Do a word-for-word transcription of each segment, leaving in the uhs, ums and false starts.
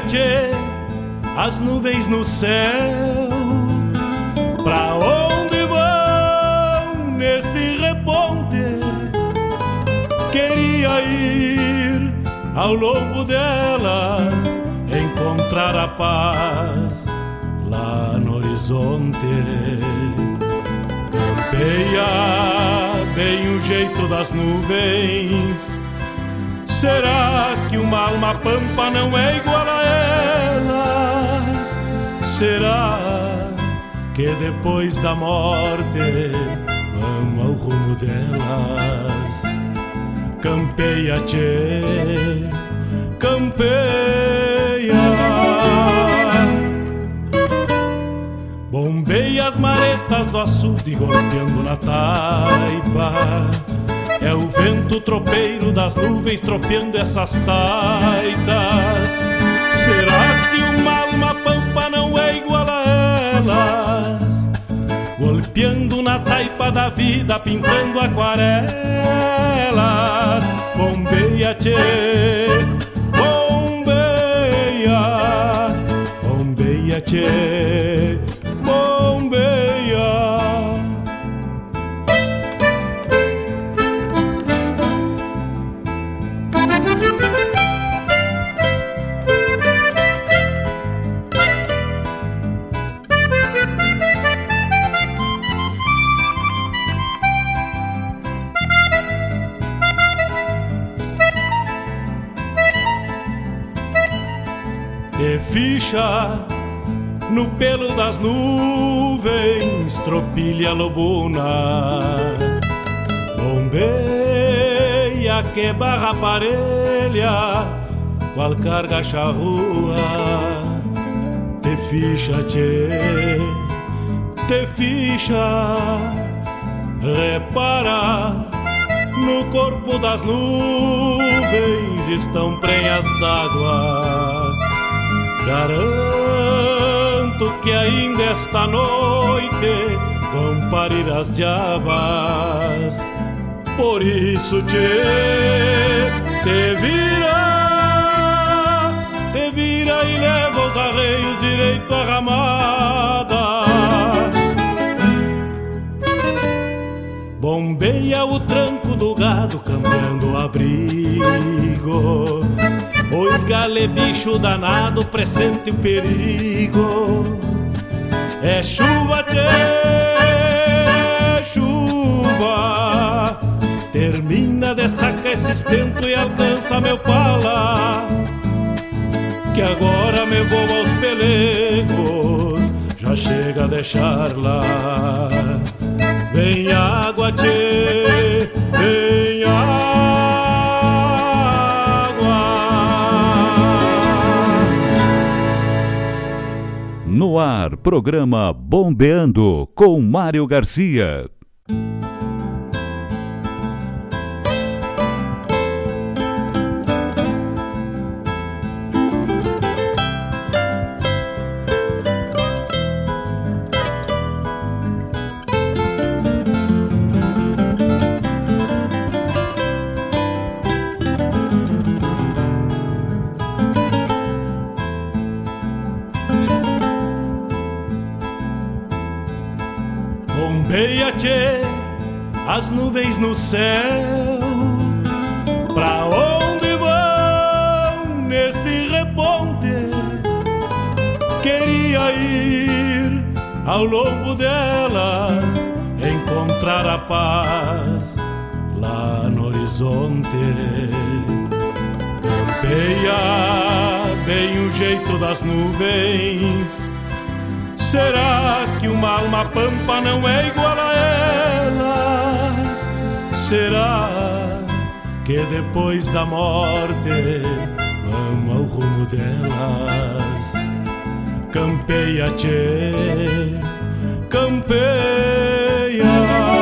tchê, as nuvens no céu. Pra onde vão neste reponte? Queria ir ao longo delas, encontrar a paz lá no horizonte. Campeia bem o jeito das nuvens. Será que uma alma pampa não é igual a ela? Será que depois da morte vão ao rumo delas? Campeia, tchê, campeia. Bombeia as maretas do açude golpeando na taipa. É o vento tropeiro das nuvens tropeando essas taitas. Será que uma alma pampa não é igual a elas? Golpeando na taipa da vida, pintando aquarelas. Bombeia, tchê, bombeia. Bombeia, tchê, bombeia. De ficha no pelo das nuvens, tropilha lobuna. Bombeia que barra parelha, qual carga charrua. Te ficha, tchê, te ficha. Repara, no corpo das nuvens estão prenhas d'água. Garanto que ainda esta noite vão parir as diabas. Por isso, tchê, te vira, te vira e leva os arreios direito à ramada. Bombeia o tranco do gado cambiando o abrigo. Oi, gale, bicho danado, pressente o perigo. É chuva, tchê, chuva. Termina de sacar esse estento e alcança meu pala. Que agora me vou aos pelegos, já chega a deixar lá. Vem água, tchê, vem água. No ar, programa Bombeando com Mário Garcia. Bombeia, tchê, as nuvens no céu. Pra onde vão neste reponte? Queria ir ao longo delas, encontrar a paz lá no horizonte. Campeia bem o jeito das nuvens. Será que uma alma pampa não é igual a ela? Será que depois da morte vão ao rumo delas? Campeia, tchê, campeia.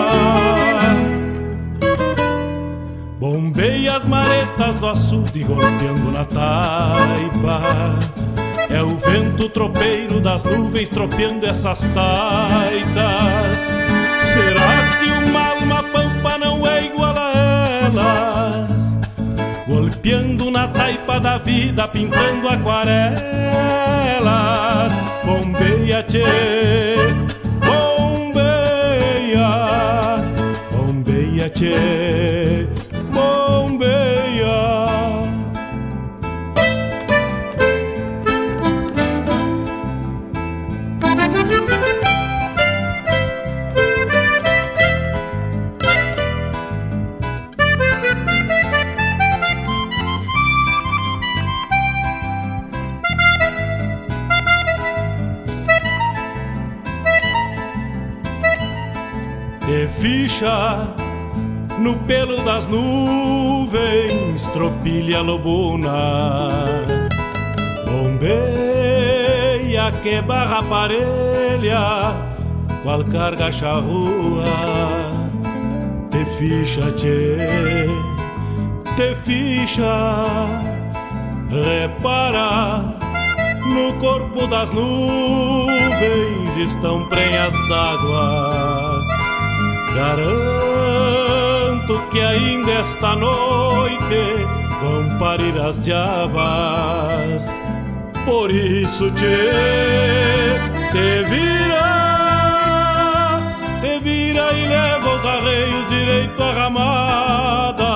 Bombeia as maretas do açude golpeando na taipa. É o vento tropeiro das nuvens tropeando essas taitas. Será que uma alma pampa não é igual a elas? Golpeando na na taipa da vida pintando aquarelas. Bombeia, tchê, bombeia, bombeia, tchê, bombeia. De ficha no pelo das nuvens, tropilha lobuna. Bombeia que barra parelha, qual carga charrua. Te ficha, tchê, te ficha, repara, no corpo das nuvens estão prenhas d'água. Garanto que ainda esta noite vão parir as diabas. Por isso te, te vira, te vira e leva os arreios direito à ramada.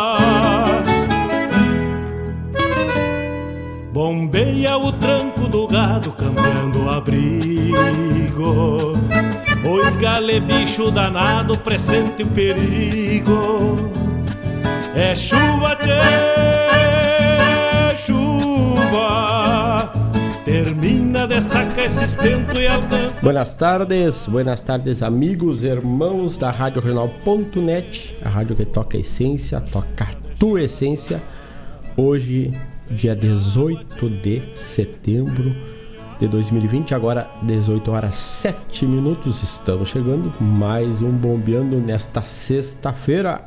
Bombeia o tranco do gado cambiando o abrigo. Oi, gale, bicho danado, pressente o perigo. É chuva, tchê, chuva. Termina de sacar esse estento e alcança. Buenas tardes, buenas tardes, amigos, irmãos da Rádio Regional ponto net, a rádio que toca a essência, toca a tua essência. Hoje, dia dezoito de setembro de dois mil e vinte, agora dezoito horas sete minutos, estamos chegando, mais um Bombeando nesta sexta-feira.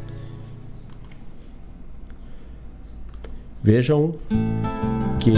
Vejam que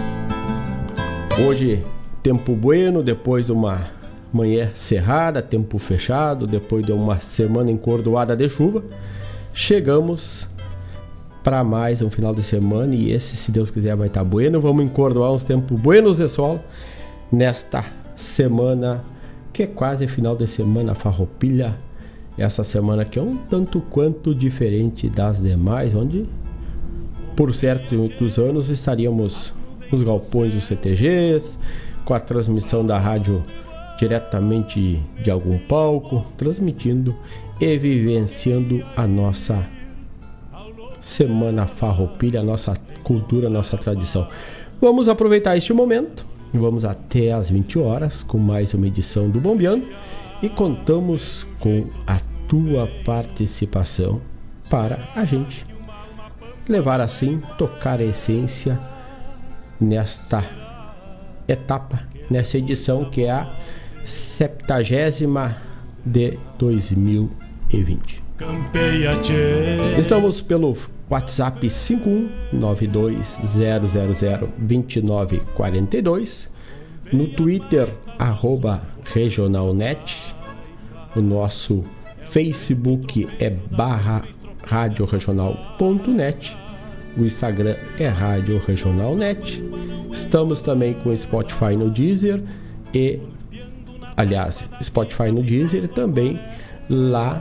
hoje tempo bueno, depois de uma manhã cerrada, tempo fechado, depois de uma semana encordoada de chuva, chegamos para mais um final de semana, e esse, se Deus quiser, vai estar tá bueno. Vamos encordoar uns tempos buenos de sol nesta semana, que é quase final de semana farroupilha. Essa semana que é um tanto quanto diferente das demais, onde, por certos anos, estaríamos nos galpões dos C T Gs, com a transmissão da rádio diretamente de algum palco, transmitindo e vivenciando a nossa Semana Farroupilha, nossa cultura, nossa tradição. Vamos aproveitar este momento e vamos até às vinte horas com mais uma edição do Bombeando, e contamos com a tua participação para a gente levar assim, tocar a essência nesta etapa, nessa edição que é a septagésima de dois mil e vinte. Estamos pelo WhatsApp cinco um nove dois zero zero zero dois nove quatro dois, no Twitter arroba regionalnet, o nosso Facebook é barra rádio regional ponto net, o Instagram é rádio regional net. Estamos também com Spotify no Deezer e, aliás, Spotify no Deezer e também lá.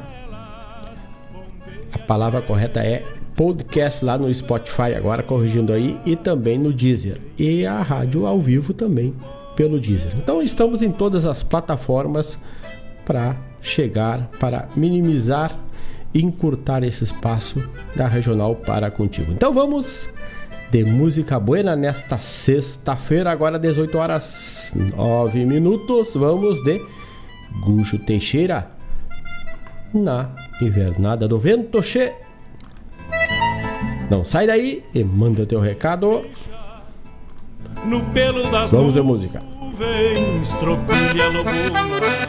A palavra correta é podcast lá no Spotify, agora corrigindo aí, e também no Deezer. E a rádio ao vivo também pelo Deezer. Então estamos em todas as plataformas para chegar, para minimizar e encurtar esse espaço da Regional para contigo. Então vamos de música buena nesta sexta-feira, agora dezoito horas nove minutos. Vamos de Gujo Teixeira, Na Invernada do Vento, che. Não sai daí e manda teu recado. No pelo das Vamos de música. Nuvens, tropilha lobuna.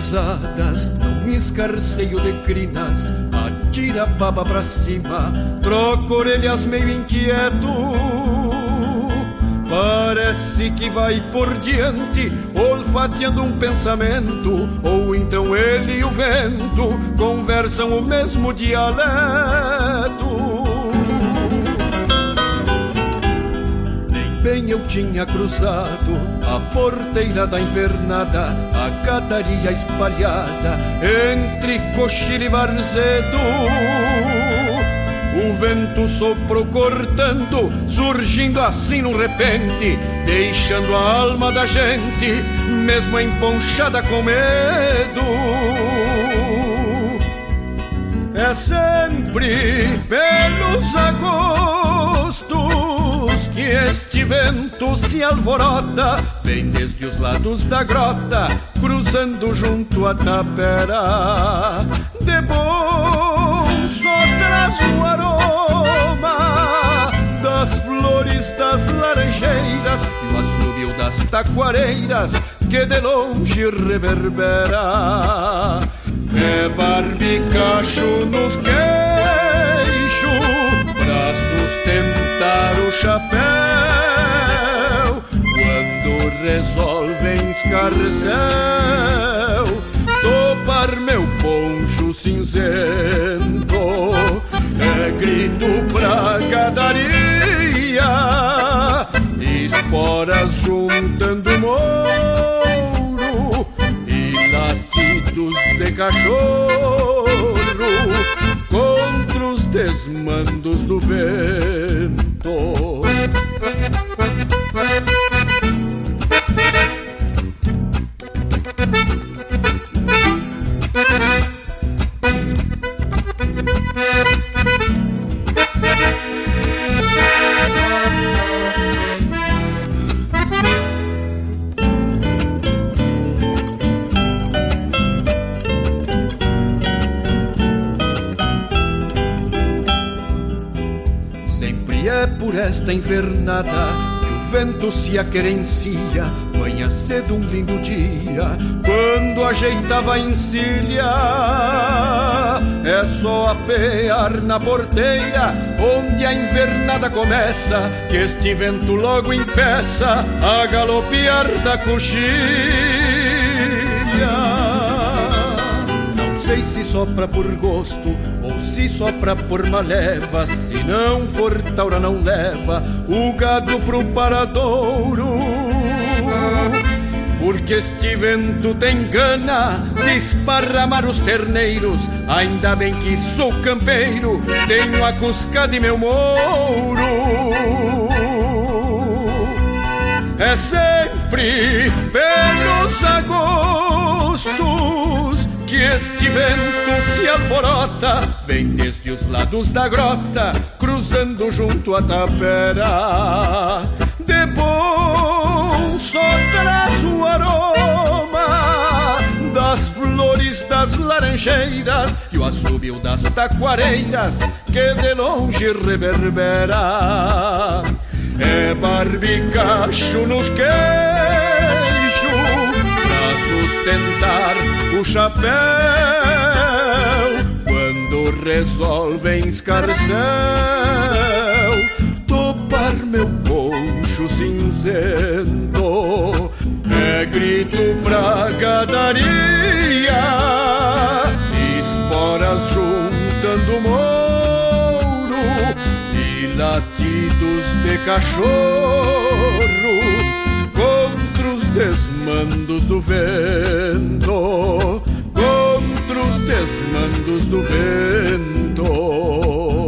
pisadas, num escarceio de crinas, atira a baba pra cima, troca orelhas meio inquieto. Parece que vai por diante, olfateando um pensamento, ou então ele e o vento conversam o mesmo dialeto. Nem bem eu tinha cruzado a porteira da invernada, a gadaria espalhada entre coxilha e varzedo. O vento soprou cortando, surgindo assim num repente, deixando a alma da gente mesmo emponchada com medo. É sempre pelos agostos que este vento se alvorota, vem desde os lados da grota, cruzando junto à tapera. De bom só traz o aroma das flores das laranjeiras e o assobio das taquareiras que de longe reverbera. É barbicacho nos queixos pra sustentar o chapéu, quando resolvem escarcel topar meu poncho cinzento. É grito pra gadaria, esporas juntando mouro e latidos de cachorro contra os desmandos do vento. Por esta invernada que o vento se aquerencia, manhã cedo um lindo dia, quando ajeitava a encilha. É só apear na porteira onde a invernada começa, que este vento logo impeça a galopear da coxilha. Não sei se sopra por gosto ou se sopra por maleva, se não for taura não leva o gado pro paradouro. Porque este vento tem gana de esparramar os terneiros, ainda bem que sou campeiro, tenho a cusca de meu mouro. É sempre pelos agostos que este vento se alvorota, vem desde os lados da grota, cruzando junto à tapera. De bom só traz o aroma das flores das laranjeiras e o assobio das taquareiras que de longe reverbera. É barbicacho nos queixos pra sustentar o chapéu, quando resolvem escarcel topar meu poncho cinzento. É grito pra gadaria, esporas juntando mouro e latidos de cachorro contra os desmandos do vento, contra os desmandos do vento.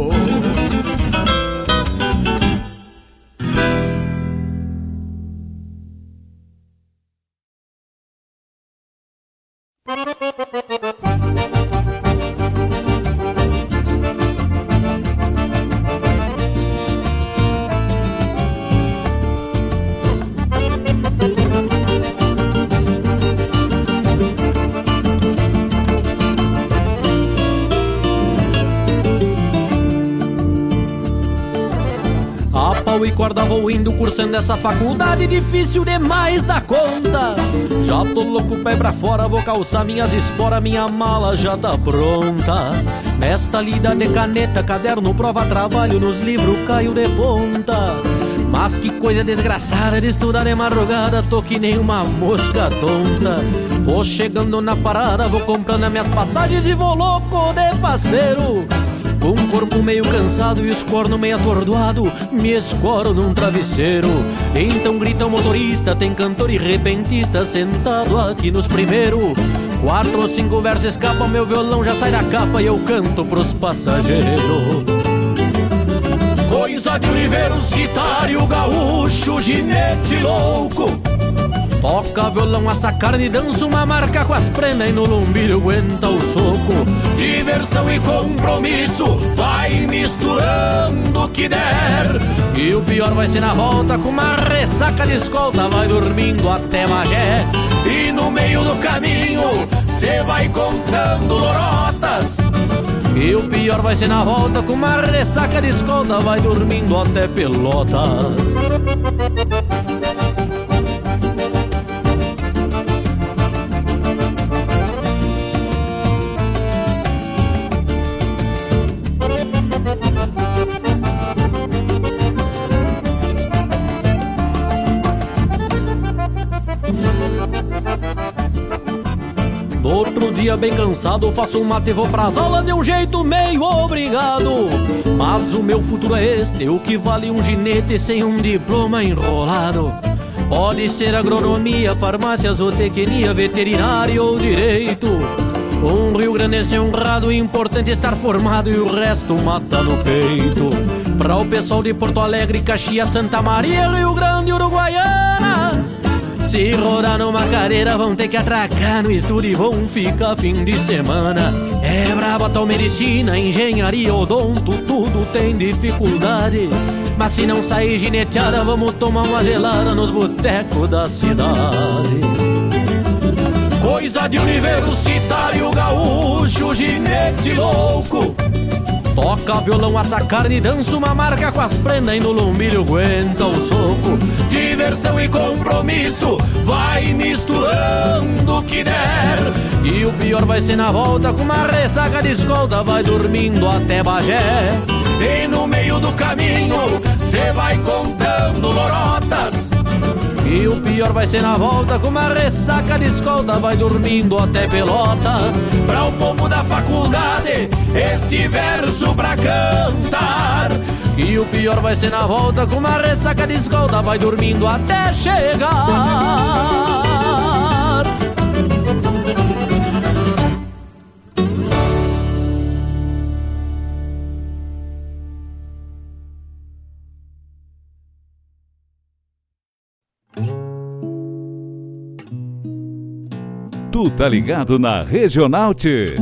viol e corda vou indo, cursando essa faculdade difícil demais da conta. Já tô louco, pé pra fora, vou calçar minhas esporas, minha mala já tá pronta. Nesta lida de caneta, caderno, prova, trabalho, nos livros caio de ponta. Mas que coisa desgraçada de estudar de madrugada, tô que nem uma mosca tonta. Vou chegando na parada, vou comprando as minhas passagens e vou louco de faceiro. Com o corpo meio cansado e os cornos meio atordoado, me escoro num travesseiro. Então grita o motorista, tem cantor e repentista sentado aqui nos primeiros. Quatro ou cinco versos escapam, meu violão já sai da capa e eu canto pros passageiros. Coisa de universitário, gaúcho, ginete louco. Toca violão, assa carne, dança uma marca com as prendas e no lombilho aguenta o soco. Diversão e compromisso, vai misturando o que der. E o pior vai ser na volta, com uma ressaca de escolta, vai dormindo até Magé. E no meio do caminho, cê vai contando lorotas. E o pior vai ser na volta, com uma ressaca de escolta, vai dormindo até Pelotas. Outro dia bem cansado, faço um mate e vou pras aulas de um jeito meio obrigado. Mas o meu futuro é este, o que vale um ginete sem um diploma enrolado. Pode ser agronomia, farmácia, zootecnia, veterinária ou direito. Um Rio Grande honrado, importante estar formado e o resto mata no peito. Pra o pessoal de Porto Alegre, Caxias, Santa Maria, Rio Grande, Uruguaiana, se rodar numa cadeira vão ter que atracar no estudo e vão ficar fim de semana. É braba tal medicina, engenharia, odonto, tudo tem dificuldade. Mas se não sair gineteada, vamos tomar uma gelada nos botecos da cidade. Coisa de universitário, gaúcho, ginete louco. Toca violão, assa carne, dança uma marca com as prendas e no lombilho aguenta o soco. Diversão e compromisso, vai misturando o que der. E o pior vai ser na volta, com uma ressaca de escolta, vai dormindo até Bagé. E no meio do caminho, cê vai contando lorotas. E o pior vai ser na volta, com uma ressaca de escolta, vai dormindo até Pelotas. Pra o povo da faculdade, este verso pra cantar. E o pior vai ser na volta, com uma ressaca de escolta, vai dormindo até chegar. Tu tá ligado na Regional T.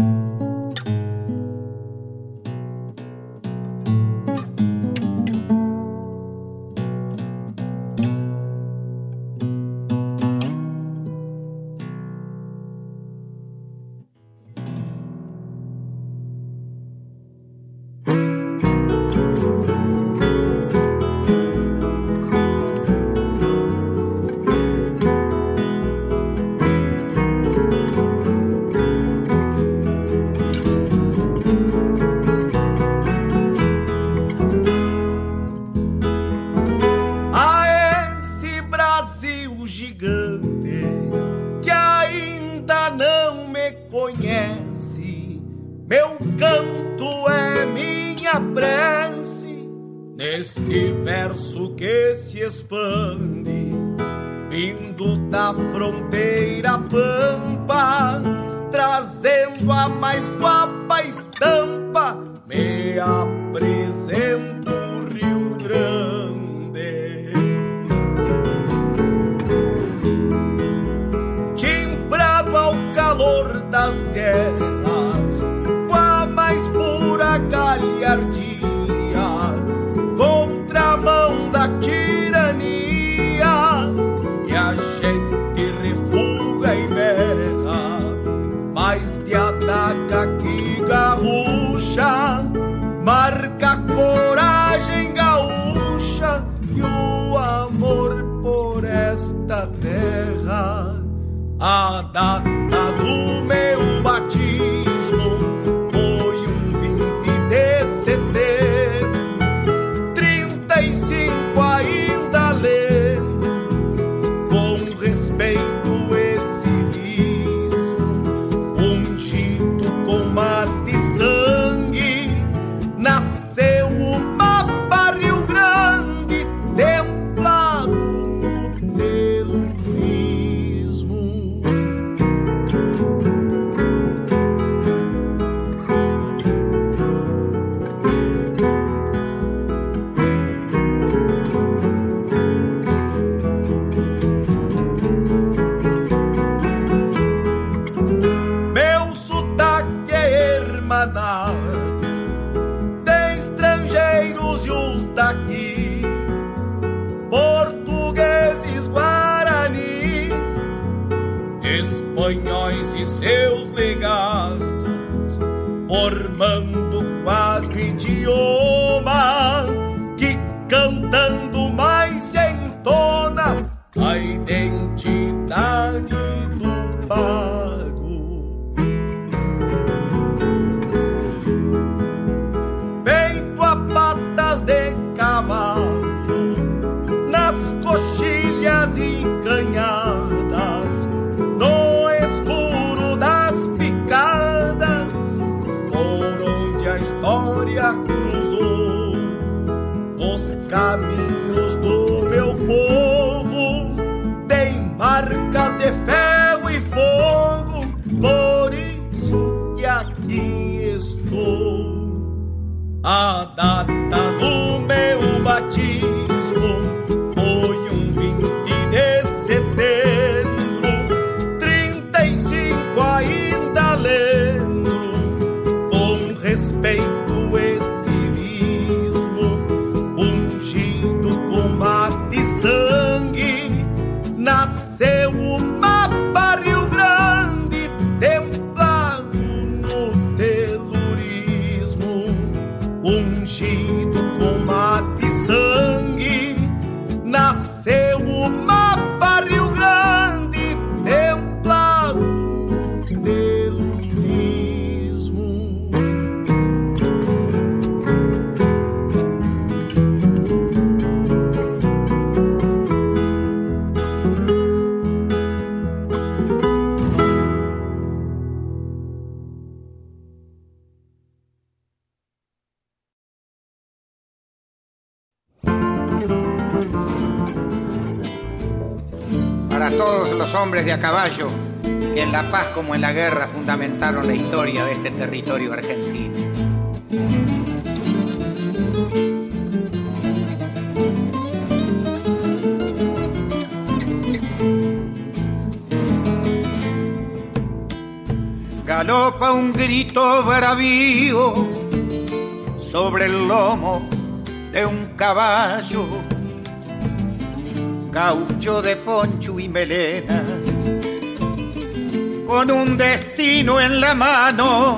Fronteira pampa, trazendo a mais guapa estampa, me apresento o Rio Grande. Timbrado ao calor das guerras, com a mais pura galhardia, contra a mão da tirania, e a gente refuga e berra, mais de adaga que garrucha, marca coragem gaúcha, A data do meu batismo foi um vinte de setembro, trinta e cinco ainda lembro com respeito e civismo, ungido com mate e sangue, nasceu uma Rio Grande, templado no telurismo. Meu sotaque é hermanado de estrangeiros e os daqui, portugueses, guaranis, espanhóis e seus legados, formando quatro idiomas que cantando mais se entona a identidade do pago. Feito a patas de cavalo, nas coxilhas e canhadas, no escuro das picadas, por onde a história cruzou, os caminhos do meu povo tem marcas de ferro e fogo, por isso que aqui estou. A data do meu batismo foi um vinte de setembro, trinta e cinco ainda lembro com respeito e civismo, ungido com mate e sangue, nasceu uma Rio Grande, templado no telurismo, ungido com mate e sangue, nasceu uma Rio Grande, templado no telurismo. Para todos los hombres de a caballo que en la paz como en la guerra fundamentaron la historia de este territorio argentino. Galopa un grito bravío sobre el lomo de un caballo, gaucho de poncho y melena, con un destino en la mano.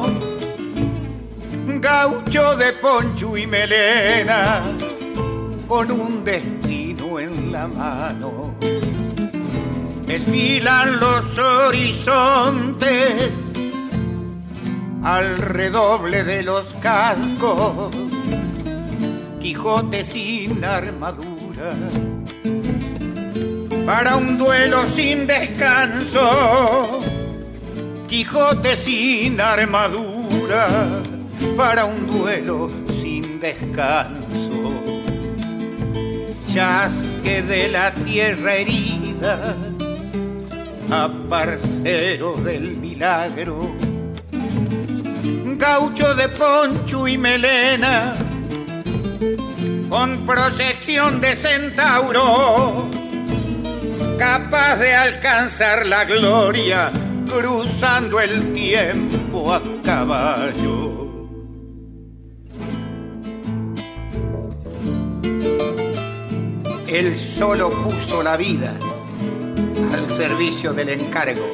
Gaucho de poncho y melena, con un destino en la mano. Desfilan los horizontes al redoble de los cascos, Quijote sin armadura, para un duelo sin descanso. Quijote sin armadura, para un duelo sin descanso. Chasque de la tierra herida a parcero del milagro. Gaucho de poncho y melena, con proyección de centauro, capaz de alcanzar la gloria, cruzando el tiempo a caballo. Él solo puso la vida al servicio del encargo.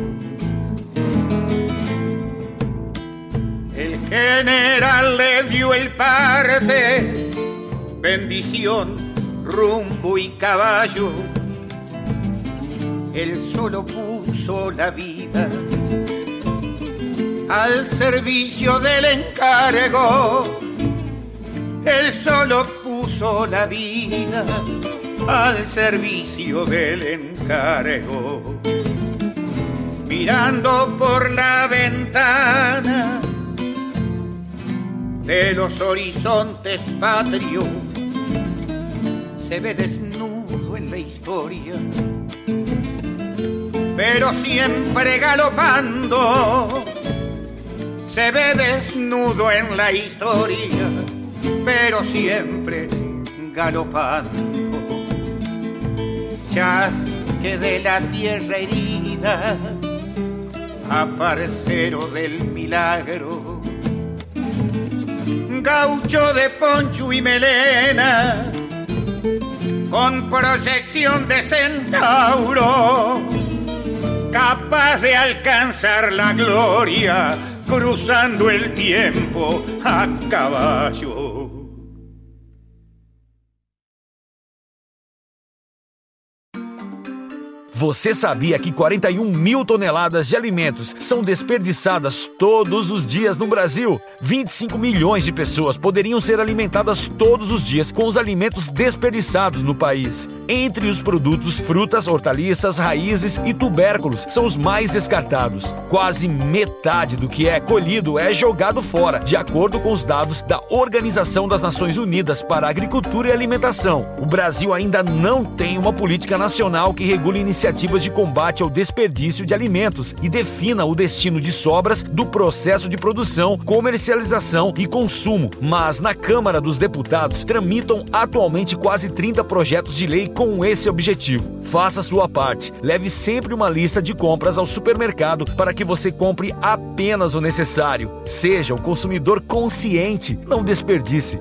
El general le dio él parte, bendición, rumbo y caballo. Él solo puso la vida al servicio del encargo. Él solo puso la vida al servicio del encargo. Mirando por la ventana de los horizontes patrios, se ve desnudo en la historia, pero siempre galopando. Se ve desnudo en la historia, pero siempre galopando. Chasque de la tierra herida, aparcero del milagro, gaucho de poncho y melena, con proyección de centauro, capaz de alcanzar la gloria, cruzando el tiempo a caballo. Você sabia que quarenta e um mil toneladas de alimentos são desperdiçadas todos os dias no Brasil? vinte e cinco milhões de pessoas poderiam ser alimentadas todos os dias com os alimentos desperdiçados no país. Entre os produtos, frutas, hortaliças, raízes e tubérculos são os mais descartados. Quase metade do que é colhido é jogado fora, de acordo com os dados da Organização das Nações Unidas para a Agricultura e Alimentação. O Brasil ainda não tem uma política nacional que regule iniciativas de combate ao desperdício de alimentos e defina o destino de sobras do processo de produção, comercialização e consumo. Mas na Câmara dos Deputados tramitam atualmente quase trinta projetos de lei com esse objetivo. Faça sua parte. Leve sempre uma lista de compras ao supermercado para que você compre apenas o necessário. Seja um consumidor consciente, não desperdice.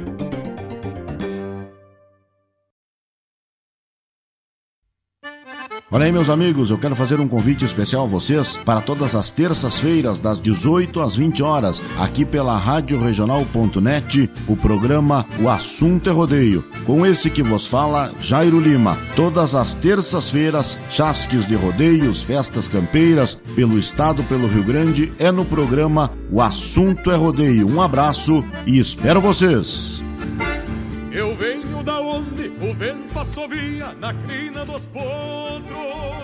Olha aí, meus amigos, eu quero fazer um convite especial a vocês para todas as terças-feiras, das dezoito às vinte horas, aqui pela rádio regional ponto net, o programa O Assunto é Rodeio. Com esse que vos fala, Jairo Lima. Todas as terças-feiras, chasques de rodeios, festas campeiras, pelo estado, pelo Rio Grande, é no programa O Assunto é Rodeio. Um abraço e espero vocês! Eu venho da onde o vento assovia na crina dos potros.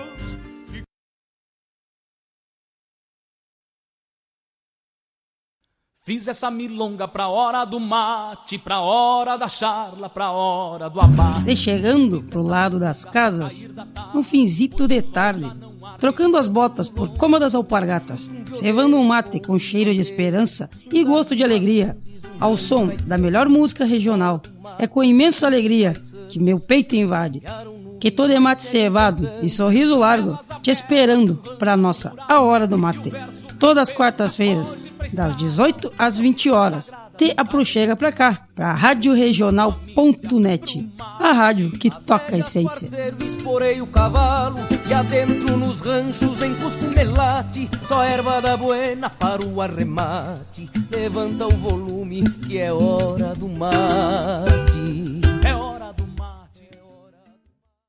Fiz essa milonga pra hora do mate, pra hora da charla, pra hora do abate. Você chegando pro lado das casas, um finzito de tarde, trocando as botas por cômodas alpargatas, cevando um mate com cheiro de esperança e gosto de alegria, ao som da melhor música regional. É com imensa alegria que meu peito invade, que todo é mate cevado e sorriso largo, te esperando pra nossa A Hora do Mate. Todas as quartas-feiras, das dezoito às vinte horas, te aproxega pra cá, pra rádio regional ponto net, a rádio que toca a essência. Esporei o cavalo e adentro nos ranchos vem cusco melate, só erva da buena para o arremate. Levanta o volume que é hora do mate. É hora do mate, é hora do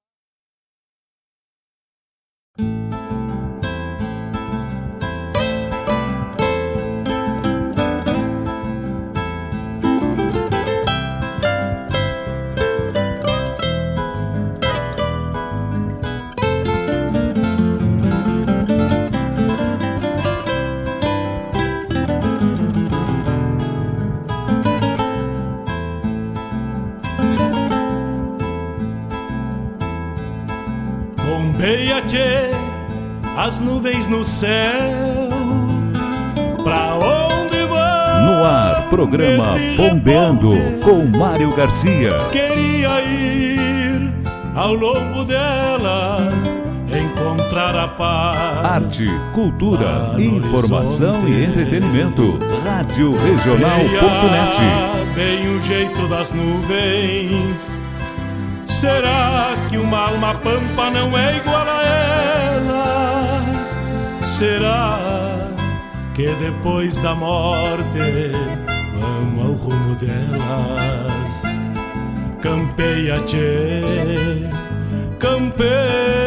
Bombeia, tchê, as nuvens no céu, pra onde vão? No ar, programa Bombeando com Mário Garcia. Queria ir ao longo delas, encontrar a paz. Arte, cultura, informação e entretenimento. Rádio regional ponto net. Bem o jeito das nuvens. Será que uma alma pampa não é igual a ela? Será que depois da morte vamos ao rumo delas. Campeia, tchê, campeia.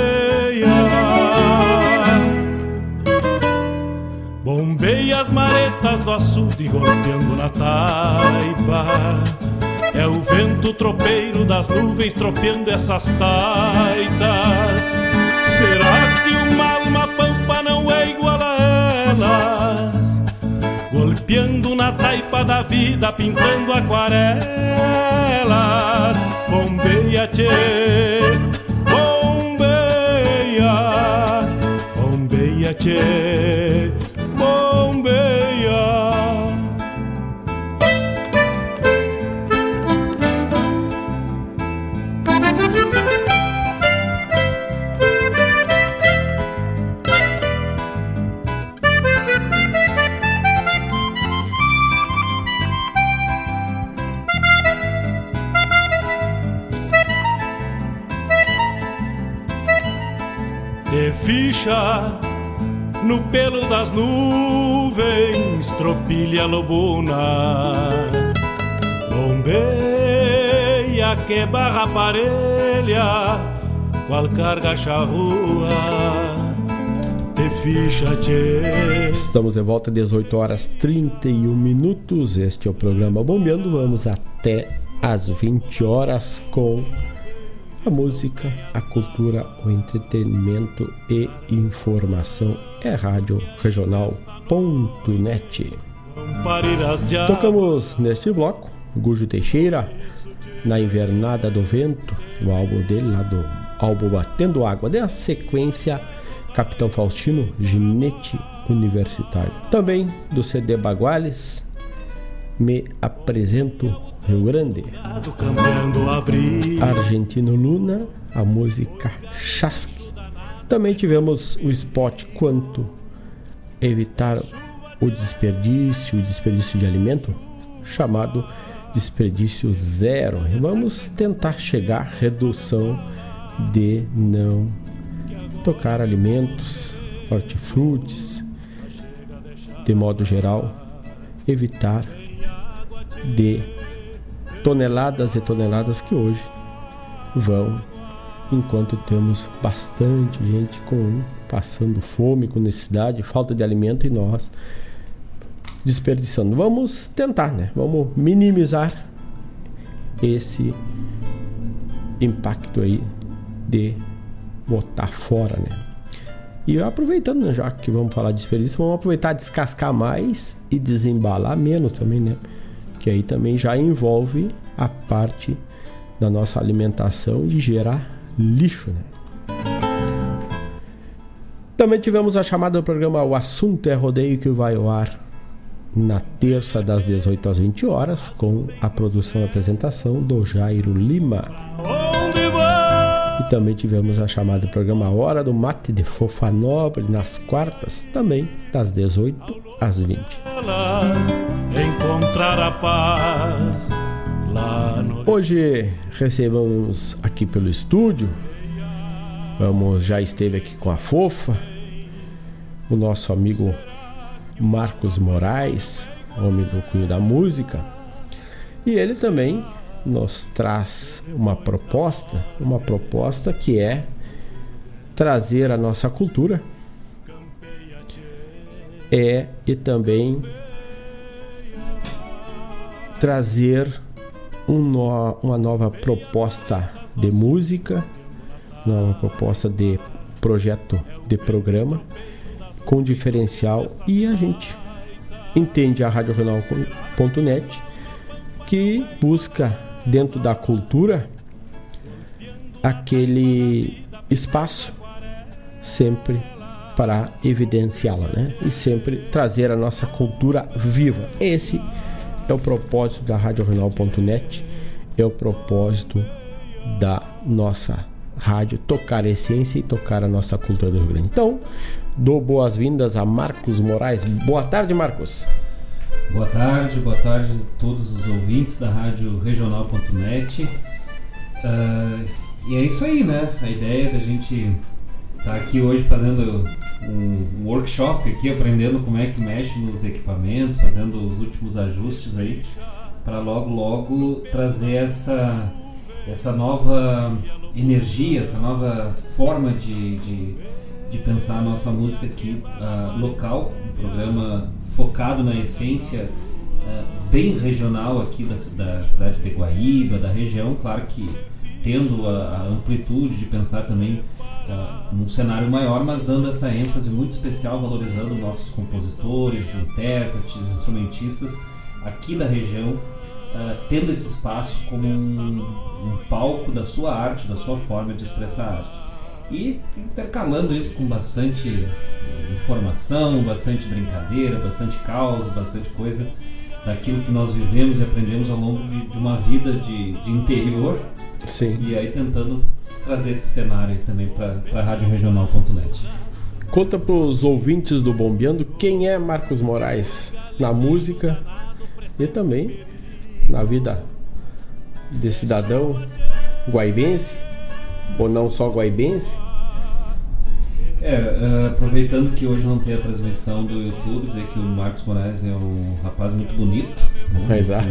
Bombeia as maretas do açude golpeando na taipa. É o vento tropeiro das nuvens tropeando essas taitas. Será que uma alma pampa não é igual a elas? Golpeando na taipa da vida, pintando aquarelas. Bombeia, tchê, bombeia. Bombeia, tchê, bombeia. De ficha no pelo das nuvens, tropilha lobuna. Bombeia que barra parelha, qual carga charrua. De ficha, tchê. Estamos de volta, dezoito horas e trinta e um minutos. Este é o programa Bombeando. Vamos até às vinte horas com a música, a cultura, o entretenimento e informação. É rádio regional ponto net. Tocamos neste bloco Gujo Teixeira, Na Invernada do Vento, o álbum dele lá do álbum Batendo Água. Dê a sequência Capitão Faustino, Ginete Universitário. Também do C D Baguales, Me Apresento Rio Grande. Argentino Luna, a música Chasque. Também tivemos o spot Quanto Evitar o Desperdício, o desperdício de alimento, chamado Desperdício Zero. E vamos tentar chegar à redução de não tocar alimentos, hortifrutis, de modo geral, evitar de toneladas e toneladas que hoje vão, enquanto temos bastante gente com, passando fome, com necessidade, falta de alimento e nós desperdiçando. Vamos tentar, né? Vamos minimizar esse impacto aí de botar fora, né? E aproveitando, né, já que vamos falar de desperdício, vamos aproveitar descascar mais e desembalar menos também, né? Que aí também já envolve a parte da nossa alimentação de gerar lixo, né? Também tivemos a chamada do programa O Assunto é Rodeio, que vai ao ar na terça das dezoito às vinte horas, com a produção e apresentação do Jairo Lima. E também tivemos a chamada do programa Hora do Mate de Fofa Nobre, nas quartas, também das dezoito às vinte. Encontrar a paz lá no... Hoje recebemos aqui pelo estúdio, vamos, já esteve aqui com a Fofa, o nosso amigo Marcos Moraes, homem do cunho da música, e ele também nos traz uma proposta, uma proposta que é trazer a nossa cultura é e também trazer um no, uma nova proposta de música, uma proposta de projeto de programa com diferencial, e a gente entende a rádio regional ponto net que busca dentro da cultura aquele espaço sempre para evidenciá-la, né? E sempre trazer a nossa cultura viva. Esse é o propósito da rádio regional ponto net, é o propósito da nossa rádio, tocar a essência e tocar a nossa cultura do Rio Grande. Então, dou boas-vindas a Marcos Moraes. Boa tarde, Marcos. Boa tarde, boa tarde a todos os ouvintes da rádio regional ponto net. Uh, e é isso aí, né? A ideia da gente estar tá aqui hoje fazendo um workshop aqui, aprendendo como é que mexe nos equipamentos, fazendo os últimos ajustes aí para logo logo trazer essa, essa nova energia, essa nova forma de, de, de pensar a nossa música aqui uh, local, um programa focado na essência uh, bem regional aqui da, da cidade de Guaíba, da região, claro que tendo a, a amplitude de pensar também uh, num cenário maior, mas dando essa ênfase muito especial, valorizando nossos compositores, intérpretes, instrumentistas aqui da região, uh, tendo esse espaço como um, um palco da sua arte, da sua forma de expressar a arte. E intercalando isso com bastante informação, bastante brincadeira, bastante caos, bastante coisa daquilo que nós vivemos e aprendemos ao longo de, de uma vida de, de interior. Sim. E aí tentando trazer esse cenário aí também para a rádio regional ponto net. Conta para os ouvintes do Bombeando quem é Marcos Moraes na música e também na vida de cidadão guaibense, ou não só guaibense. É, uh, aproveitando que hoje não tem a transmissão do YouTube, dizer que o Marcos Moraes é um rapaz muito bonito, né? Exato.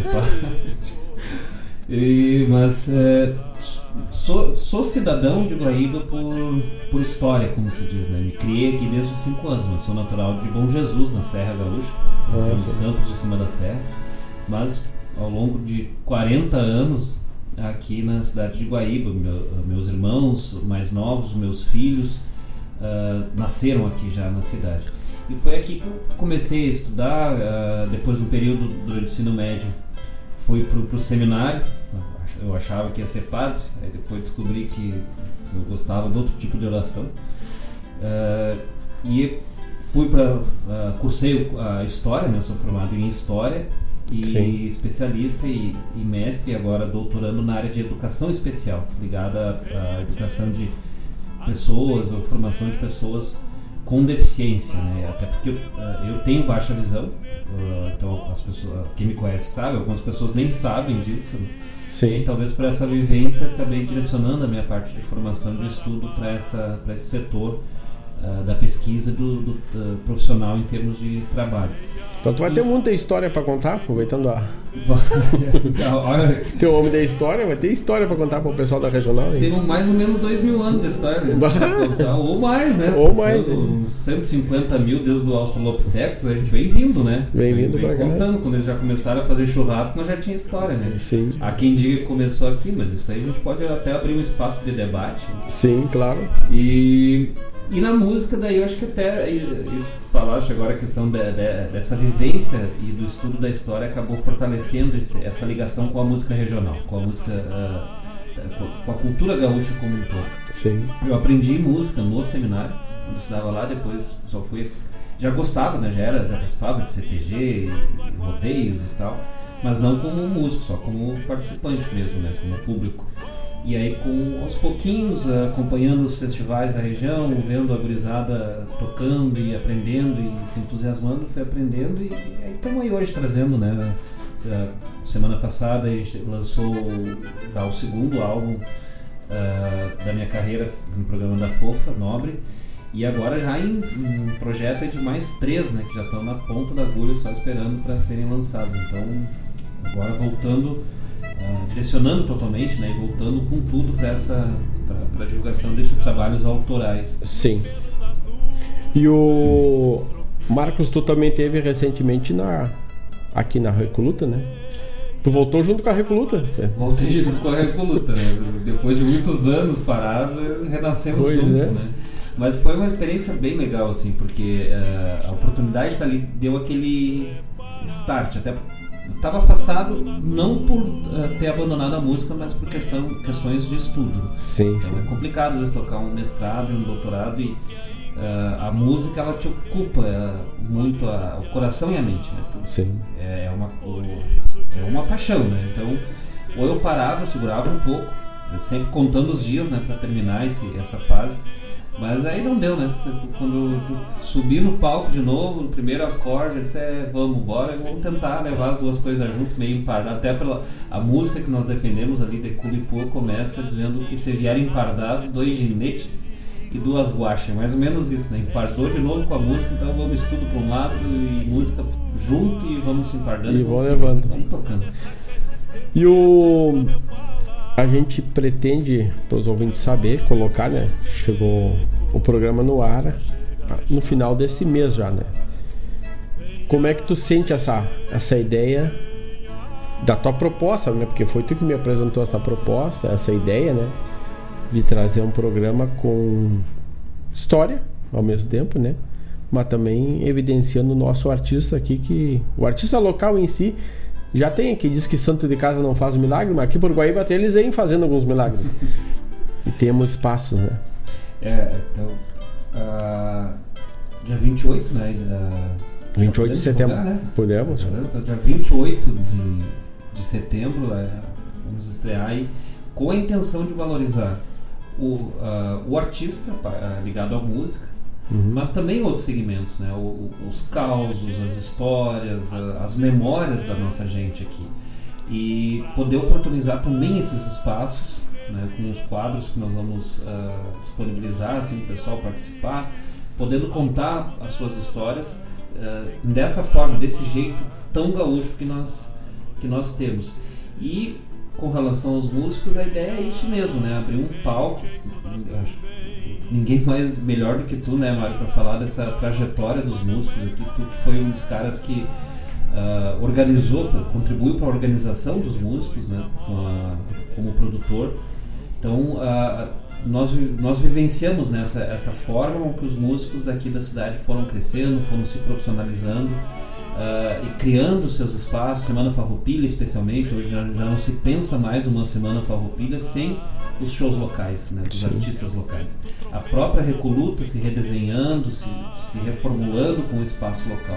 E, mas é, sou, sou cidadão de Guaíba por, por história, como se diz, né? Me criei aqui desde os cinco anos, mas sou natural de Bom Jesus, na Serra Gaúcha, região dos Campos de cima da Serra. Mas ao longo de quarenta anos aqui na cidade de Guaíba, meu, meus irmãos mais novos, meus filhos uh, nasceram aqui já na cidade. E foi aqui que eu comecei a estudar, uh, depois de um período durante o ensino médio. Fui pro, pro seminário, eu achava que ia ser padre, aí depois descobri que eu gostava de outro tipo de oração. Uh, e fui para, uh, cursei a História, né? Sou formado em História e Sim. especialista e, e mestre, e agora doutorando na área de Educação Especial, ligada à educação de pessoas ou formação de pessoas com deficiência, né? Até porque eu, eu tenho baixa visão, uh, então as pessoas, quem me conhece sabe, algumas pessoas nem sabem disso, né? Sim. E talvez por essa vivência acabei direcionando a minha parte de formação de estudo para essa para esse setor uh, da pesquisa do, do uh, profissional em termos de trabalho. Então tu vai ter muita história para contar, aproveitando a... Teu homem da história, vai ter história para contar para o pessoal da regional. Hein? Temos mais ou menos dois mil anos de história para contar, ou mais, né? Ou mais. Uns cento e cinquenta mil desde o Australopithecus, a gente vem vindo, né? Vem vindo vem, para cá. Contando, quando eles já começaram a fazer churrasco, nós já tinha história, né? Sim. Há quem diga que começou aqui, mas isso aí a gente pode até abrir um espaço de debate. Né? Sim, claro. E... E na música, daí eu acho que até isso que tu falaste agora, a questão de, de, dessa vivência e do estudo da história acabou fortalecendo esse, essa ligação com a música regional, com a música, uh, com a cultura gaúcha como um todo. Sim. Eu aprendi música no seminário, quando eu estudava lá, depois só fui, já gostava, né, já, era, já participava de C T G, e, e rodeios e tal, mas não como músico, só como participante mesmo, né, como público. E aí, com, aos pouquinhos, acompanhando os festivais da região, vendo a gurizada tocando e aprendendo e se entusiasmando, fui aprendendo e, e aí estamos aí hoje trazendo, né? Semana passada a gente lançou já o segundo álbum uh, da minha carreira no programa da Fofa, Nobre, e agora já em um projeto de mais três, né? Que já estão na ponta da agulha só esperando para serem lançados. Então, agora voltando... Uh, direcionando totalmente, né, e voltando com tudo para essa para a divulgação desses trabalhos autorais. Sim. E o Marcos, tu também teve recentemente na aqui na Recoluta, né? Tu voltou junto com a Recoluta? Voltei junto com a Recoluta, né? Depois de muitos anos parados, renascemos pois junto, é. né? Mas foi uma experiência bem legal, assim, porque uh, a oportunidade de estar ali deu aquele start, até estava afastado não por uh, ter abandonado a música, mas por questão, questões de estudo. Sim, então, sim. É complicado às vezes tocar um mestrado e um doutorado e uh, a música ela te ocupa uh, muito a, o coração e a mente, né? Tu, sim. É uma, é uma paixão, né? Então, ou eu parava, segurava um pouco, sempre contando os dias, né, para terminar esse, essa fase. Mas aí não deu, né? Quando subi no palco de novo, no primeiro acorde, eu disse, é, vamos, bora, vamos tentar levar as duas coisas juntas, meio empardar. Até pela a música que nós defendemos ali de Culipô começa dizendo que se vier empardado, dois ginetes, e duas guachas, mais ou menos isso, né? Empardou de novo com a música, então vamos estudo para um lado e música junto e vamos se empardando e e vamos vamos, levando. Vamos tocando. E o a gente pretende, para os ouvintes saber, colocar, né? Chegou o programa no ar no final desse mês já, né? Como é que tu sente essa, essa ideia da tua proposta, né? Porque foi tu que me apresentou essa proposta, essa ideia, né? De trazer um programa com história ao mesmo tempo, né? Mas também evidenciando o nosso artista aqui, que o artista local em si já tem, que diz que santo de casa não faz milagre, mas aqui por Guaíba até eles vêm fazendo alguns milagres. E temos espaços, né? É, então uh, dia vinte e oito, né? Uh, vinte e oito de setembro, divulgar, né? Podemos. Então dia vinte e oito de, de setembro é, vamos estrear aí com a intenção de valorizar o, uh, o artista uh, ligado à música, uhum. mas também outros segmentos, né? O, o, os causos, as histórias, a, as memórias da nossa gente aqui. E poder oportunizar também esses espaços, né? Com os quadros que nós vamos uh, disponibilizar, assim, o pessoal participar, podendo contar as suas histórias uh, dessa forma, desse jeito tão gaúcho que nós, que nós temos. E com relação aos músicos, a ideia é isso mesmo, né? Abrir um palco. Ninguém mais melhor do que tu, né, Mário, para falar dessa trajetória dos músicos aqui. Tu que foi um dos caras que uh, organizou, contribuiu para a organização dos músicos, né, a, como produtor. Então, uh, nós, nós vivenciamos nessa essa forma com que os músicos daqui da cidade foram crescendo, foram se profissionalizando. Uh, e criando seus espaços, Semana Farroupilha especialmente, hoje já, já não se pensa mais uma Semana Farroupilha sem os shows locais, né, dos Sim. artistas locais. A própria Recoluta se redesenhando, se, se reformulando com o espaço local.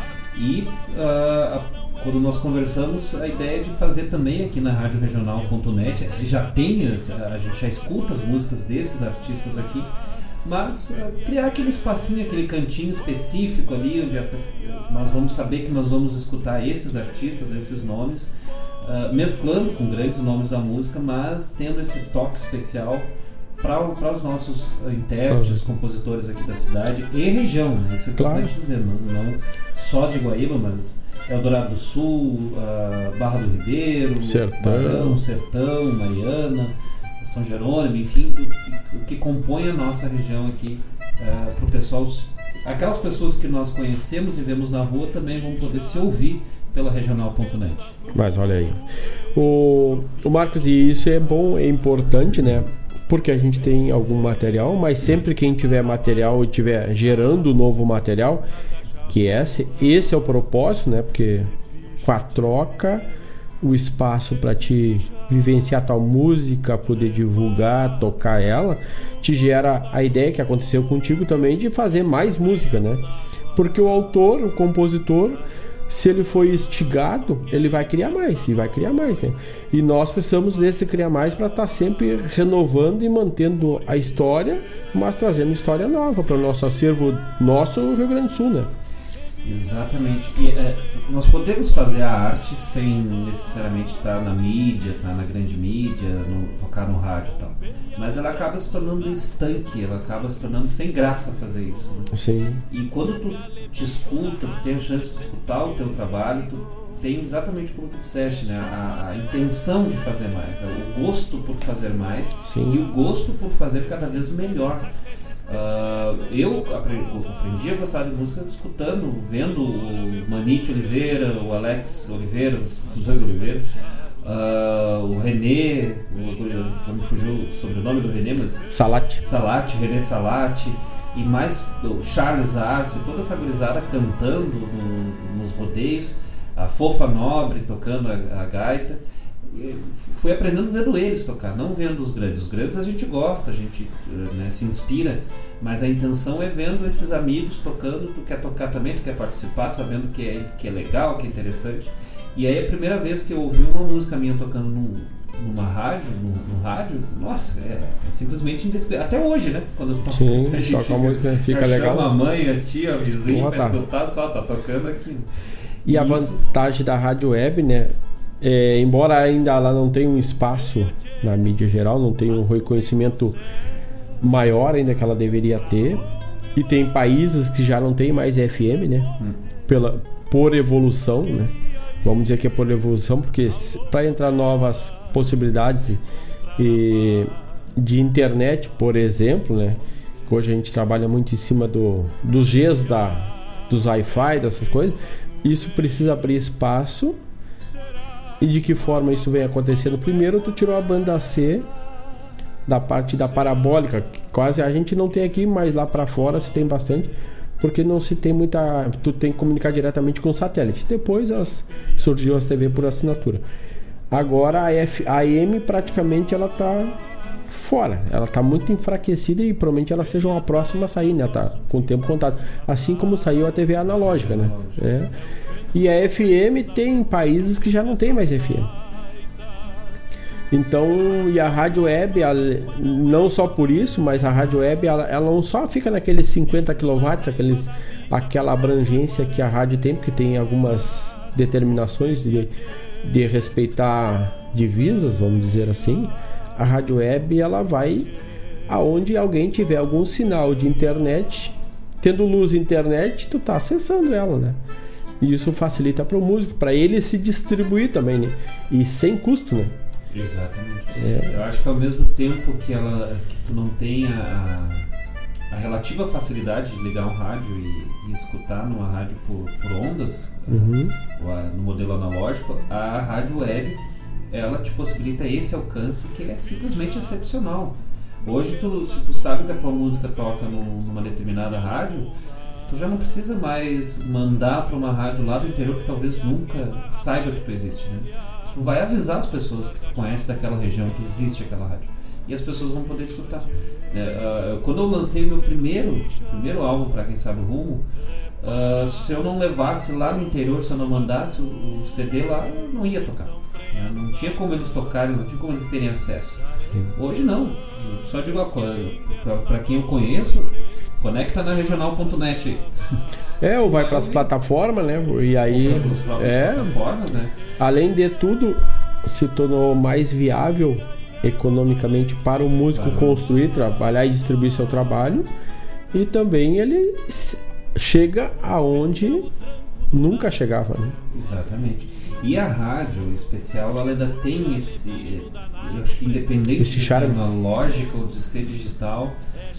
E uh, a, quando nós conversamos, a ideia de fazer também aqui na rádio regional ponto net, já tem, a gente já escuta as músicas desses artistas aqui, mas uh, criar aquele espacinho, aquele cantinho específico ali, onde a, nós vamos saber que nós vamos escutar esses artistas, esses nomes, uh, mesclando com grandes nomes da música, mas tendo esse toque especial para os nossos uh, intérpretes, uhum. compositores aqui da cidade e região, né? Isso é claro. importante dizer, não, não só de Guaíba, mas Eldorado do Sul, uh, Barra do Ribeiro, Sertão, Barão, Sertão, Mariana, São Jerônimo, enfim, o que, o que compõe a nossa região aqui, uh, para o pessoal, aquelas pessoas que nós conhecemos e vemos na rua também vão poder se ouvir pela regional ponto net. Mas olha aí, o, o Marcos, e isso é bom, é importante, né? Porque a gente tem algum material, mas sempre quem tiver material e tiver gerando novo material, que esse, esse é o propósito, né? Porque com a troca, o espaço para te vivenciar tua música, poder divulgar, tocar ela, te gera a ideia que aconteceu contigo também de fazer mais música, né? Porque o autor, o compositor, se ele foi instigado, ele vai criar mais, e vai criar mais, né? E nós precisamos desse criar mais para estar tá sempre renovando e mantendo a história, mas trazendo história nova para o nosso acervo, nosso Rio Grande do Sul, né? Exatamente. E, é, nós podemos fazer a arte sem necessariamente estar na mídia, estar na grande mídia, no, tocar no rádio e tal. Mas ela acaba se tornando estanque, ela acaba se tornando sem graça fazer isso, né? Sim. E quando tu te escuta, tu tem a chance de escutar o teu trabalho, tu tem exatamente como tu disseste, né? A, a intenção de fazer mais, o gosto por fazer mais. Sim. E o gosto por fazer cada vez melhor. Uh, eu aprendi, aprendi a gostar de música escutando, vendo o Manite Oliveira, o Alex Oliveira, os dois Oliveira, uh, o René, o, me fugiu o sobrenome do René, mas Salati, Salati, René Salati, e mais o Charles Arce, toda essa gurizada cantando no, nos rodeios, a Fofa Nobre tocando a, a gaita. Fui aprendendo vendo eles tocar, não vendo os grandes. Os grandes a gente gosta, a gente, né, se inspira, mas a intenção é vendo esses amigos tocando. Tu quer tocar também, tu quer participar, tu sabendo que é, que é legal, que é interessante. E aí a primeira vez que eu ouvi uma música minha tocando num, numa rádio, no, no rádio, nossa, é, é simplesmente indescritível. Até hoje, né? Quando eu toco, Sim, a gente toca a música, fica legal. Chama a mãe, a tia, a vizinha Boa, pra tá. escutar, só tá tocando aqui. E Isso. A vantagem da rádio web, né? É, embora ainda ela não tenha um espaço na mídia geral, não tenha um reconhecimento maior ainda que ela deveria ter. E tem países que já não tem mais F M, né? Hum. Pela, por evolução, né? Vamos dizer que é por evolução, porque para entrar novas possibilidades e, de internet, por exemplo, né? Hoje a gente trabalha muito em cima do, dos Gs da, dos Wi-Fi, dessas coisas. Isso precisa abrir espaço. E de que forma isso vem acontecendo? Primeiro, tu tirou a banda C da parte da parabólica, que quase a gente não tem aqui, mas lá para fora se tem bastante, porque não se tem muita... Tu tem que comunicar diretamente com o satélite. Depois as, surgiu as T V por assinatura. Agora a, F, a A M praticamente ela tá fora, ela tá muito enfraquecida e provavelmente ela seja uma próxima a sair, né? Tá com o tempo contado. Assim como saiu a T V analógica, né? É. E a F M tem países que já não tem mais F M. Então, e a rádio web, ela, não só por isso, mas a rádio web, ela, ela não só fica naqueles cinquenta quilowatts, aqueles, aquela abrangência que a rádio tem, porque tem algumas determinações de, de respeitar divisas, vamos dizer assim. A rádio web, ela vai aonde alguém tiver algum sinal de internet, tendo luz internet, tu tá acessando ela, né? E isso facilita para o músico, para ele se distribuir também, né? E sem custo, né? Exatamente. É. Eu acho que ao mesmo tempo que, ela, que tu não tem a, a relativa facilidade de ligar um rádio e, e escutar numa rádio por, por ondas, uhum. ou a, no modelo analógico, a rádio web, ela te possibilita esse alcance que é simplesmente excepcional. Hoje, tu, se tu sabe que a tua música toca num, numa determinada rádio, tu já não precisa mais mandar para uma rádio lá do interior que talvez nunca saiba que tu existe, né? Tu vai avisar as pessoas que tu conhece daquela região que existe aquela rádio. E as pessoas vão poder escutar. É, uh, quando eu lancei o meu primeiro, primeiro álbum, para quem sabe o rumo, uh, se eu não levasse lá no interior, se eu não mandasse o, o C D lá, eu não ia tocar. Né? Não tinha como eles tocarem, não tinha como eles terem acesso. Sim. Hoje não. Eu só digo uma coisa, para quem eu conheço, conecta na regional ponto net aí. É, ou vai para as plataformas, né? E aí, é, plataformas, né? Além de tudo, se tornou mais viável economicamente para o músico claro. construir, trabalhar e distribuir seu trabalho. E também ele chega aonde nunca chegava, né? Exatamente. E a rádio, em especial, ela ainda tem esse... Eu acho que independente esse de ser analógica ou de ser digital,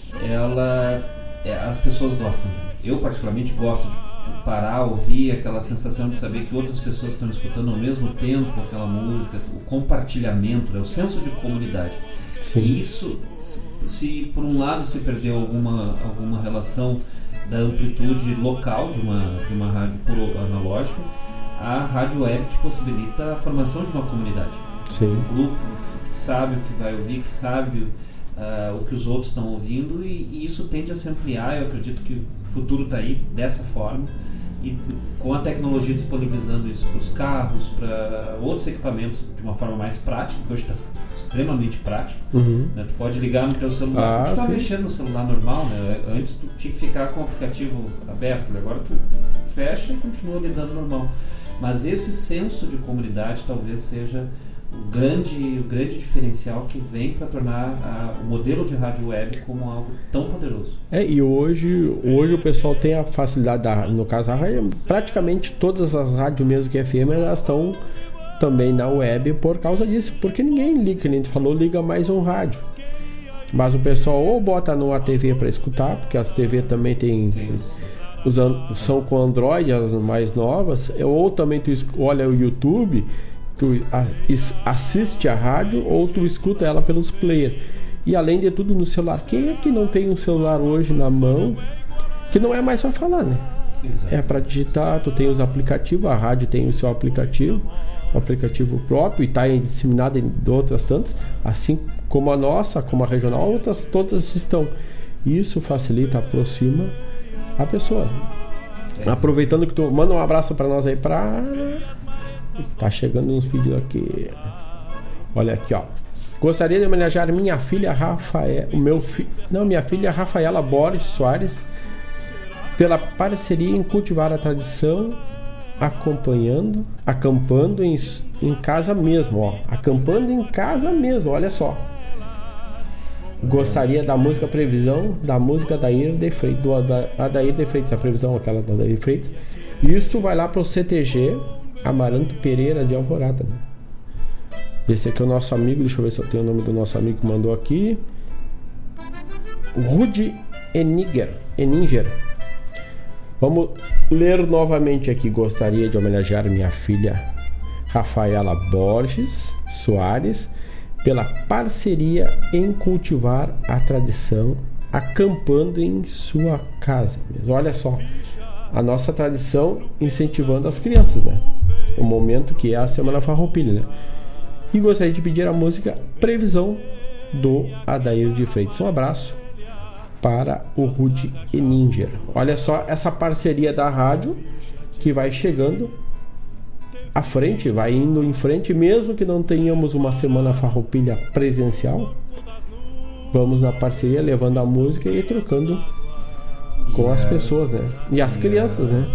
ela... É, as pessoas gostam de... Eu, particularmente, gosto de parar, ouvir aquela sensação de saber que outras pessoas estão escutando ao mesmo tempo aquela música, o compartilhamento, né? O senso de comunidade. Sim. E isso, se, se por um lado se perdeu alguma, alguma relação da amplitude local de uma, de uma rádio por analógica, a rádio web te possibilita a formação de uma comunidade. Sim. Um grupo que sabe o que vai ouvir, que sabe uh, o que os outros estão ouvindo, e, e isso tende a se ampliar. Eu acredito que o futuro está aí dessa forma, e com a tecnologia disponibilizando isso para os carros, para outros equipamentos de uma forma mais prática, que hoje está extremamente prático. Uhum. Né? Tu pode ligar no teu celular, ah, continuar mexendo no celular normal, né? Antes tu tinha que ficar com o aplicativo aberto, agora tu fecha e continua lidando normal. Mas esse senso de comunidade talvez seja o grande, o grande diferencial que vem para tornar a, o modelo de rádio web como algo tão poderoso. É, e hoje, hoje o pessoal tem a facilidade, da, no caso, a rádio, praticamente todas as rádios mesmo que F M, elas estão também na web por causa disso, porque ninguém liga, que nem tu falou, liga mais um rádio. Mas o pessoal ou bota numa T V para escutar, porque as T V também tem... tem os, são com Android, as mais novas, ou também tu olha o YouTube, tu assiste a rádio ou tu escuta ela pelos players. E além de tudo no celular. Quem é que não tem um celular hoje na mão que não é mais para falar, né? Exato. É para digitar, tu tem os aplicativos, a rádio tem o seu aplicativo, o aplicativo próprio, e está disseminado em outras tantas, assim como a nossa, como a regional, outras todas estão. Isso facilita, aproxima a pessoa. É. Aproveitando que tu manda um abraço para nós aí, para tá chegando uns pedidos aqui. Olha aqui, ó. Gostaria de homenagear minha filha Rafael, o meu filho, não, minha filha Rafaela Borges Soares, pela parceria em cultivar a tradição, acompanhando, acampando em, em casa mesmo, ó. Acampando em casa mesmo, olha só. gostaria da música Previsão, da música Adair de Freitas, do Adair de Freitas, a previsão aquela da Adair de Freitas. Isso vai lá pro C T G Amaranto Pereira de Alvorada. Esse aqui é o nosso amigo, deixa eu ver se eu tenho o nome do nosso amigo que mandou aqui. Rudy Eninger. Eninger. Vamos ler novamente aqui. Gostaria de homenagear minha filha Rafaela Borges Soares pela parceria em cultivar a tradição acampando em sua casa. Olha só, a nossa tradição incentivando as crianças, né? O momento que é a Semana Farroupilha, né? E gostaria de pedir a música Previsão do Adair de Freitas. Um abraço para o Rudy Eninger. Olha só essa parceria da rádio que vai chegando à frente, vai indo em frente, mesmo que não tenhamos uma Semana Farroupilha presencial. Vamos na parceria levando a música e trocando com e as a, pessoas, né? E as e crianças, a, né?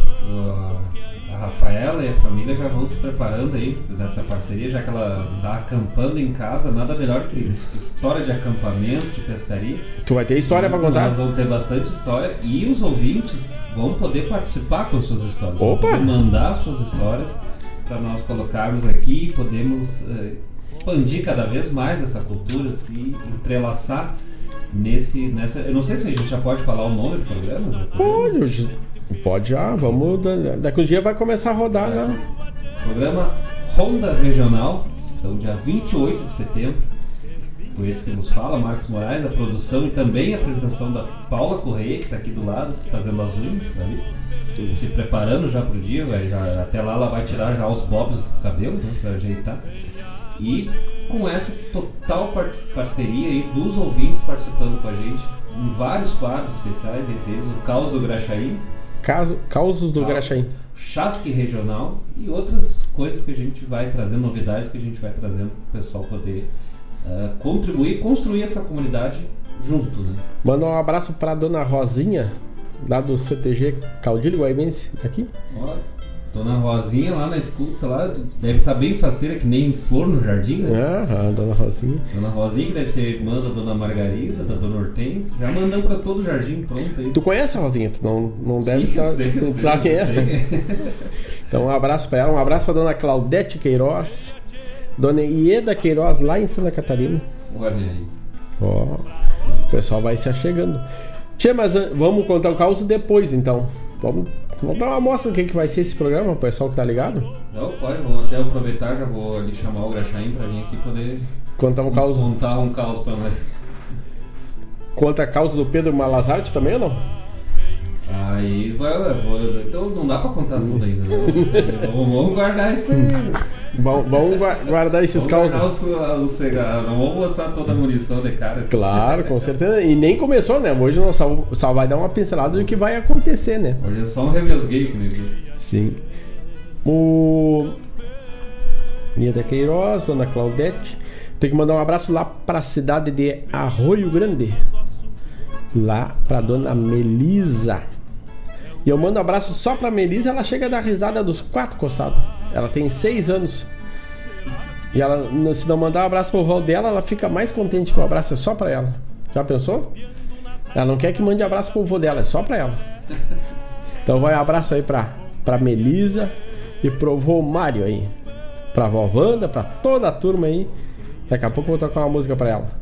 A Rafaela e a família já vão se preparando aí nessa parceria, já que ela está acampando em casa. Nada melhor que história de acampamento, de pescaria. Tu vai ter história para contar? Nós vamos ter bastante história e os ouvintes vão poder participar com suas histórias. Opa! Vão poder mandar suas histórias para nós colocarmos aqui e podemos uh, expandir cada vez mais essa cultura, se entrelaçar nesse, nessa... Eu não sei se a gente já pode falar o nome do programa. Pode, pode já. Vamos... Daqui um dia vai começar a rodar, é. né? Programa Ronda Regional, então dia vinte e oito de setembro. Com esse que nos fala, Marcos Moraes, a produção e também a apresentação da Paula Correia, que está aqui do lado, fazendo as unhas, ali. Se preparando já pro dia, vai, já, até lá ela vai tirar já os bobs do cabelo, né, para ajeitar. E com essa total par- parceria aí dos ouvintes participando com a gente em vários quadros especiais, entre eles o Caos do Graxaí, Caso, Causos do Caos, Graxaí, Chasque Regional e outras coisas que a gente vai trazendo, novidades que a gente vai trazendo para o pessoal poder uh, contribuir e construir essa comunidade junto, né? Manda um abraço para dona Rosinha, lá do C T G Caudilho Guaibense, aqui. Ó, dona Rosinha lá na escuta, lá, deve estar tá bem faceira, que nem flor no jardim, né? Ah, dona Rosinha. Dona Rosinha, que deve ser irmã da dona Margarida, da dona Hortência. Já mandamos para todo o jardim, pronto aí. Tu conhece a Rosinha? Tu não, não Sim, deve estar. Sei, tu sei, sabe quem é? sei. Então um abraço para ela, um abraço para dona Claudete Queiroz, dona Ieda Queiroz, lá em Santa Catarina. Olha aí. Ó, o pessoal vai se achegando. Tchê, mas vamos contar o caos depois, então. Vamos, vamos dar uma amostra do que, que vai ser esse programa, o pessoal que tá ligado? Não, pode, vou até aproveitar, já vou ali chamar o Graxaim pra vir aqui poder contar um caos. Contar um caos pra nós. Conta a causa do Pedro Malazarte também ou não? Aí vai, vou, então não dá pra contar tudo ainda. Né? Vamos guardar isso aí. Vamos, vamos guardar esses causos. Não vamos mostrar toda a munição de cara. Assim. Claro, com certeza. E nem começou, né? Hoje nós só, só vai dar uma pincelada do que vai acontecer, né? Hoje é só um revesgueio que nem viu. Sim. O Ieda Queiroz, dona Claudete. Tem que mandar um abraço lá pra cidade de Arroio Grande. Lá pra dona Melisa. E eu mando um abraço só pra Melisa. Ela chega a dar risada dos quatro costados. Ela tem seis anos. E ela, se não mandar um abraço pro vovô dela, ela fica mais contente que o abraço é só pra ela. Já pensou? Ela não quer que mande abraço pro vovô dela, é só pra ela. Então vai um abraço aí pra, pra Melisa e pro vô Mário aí. Pra vó Wanda, pra toda a turma aí. Daqui a pouco eu vou tocar uma música pra ela.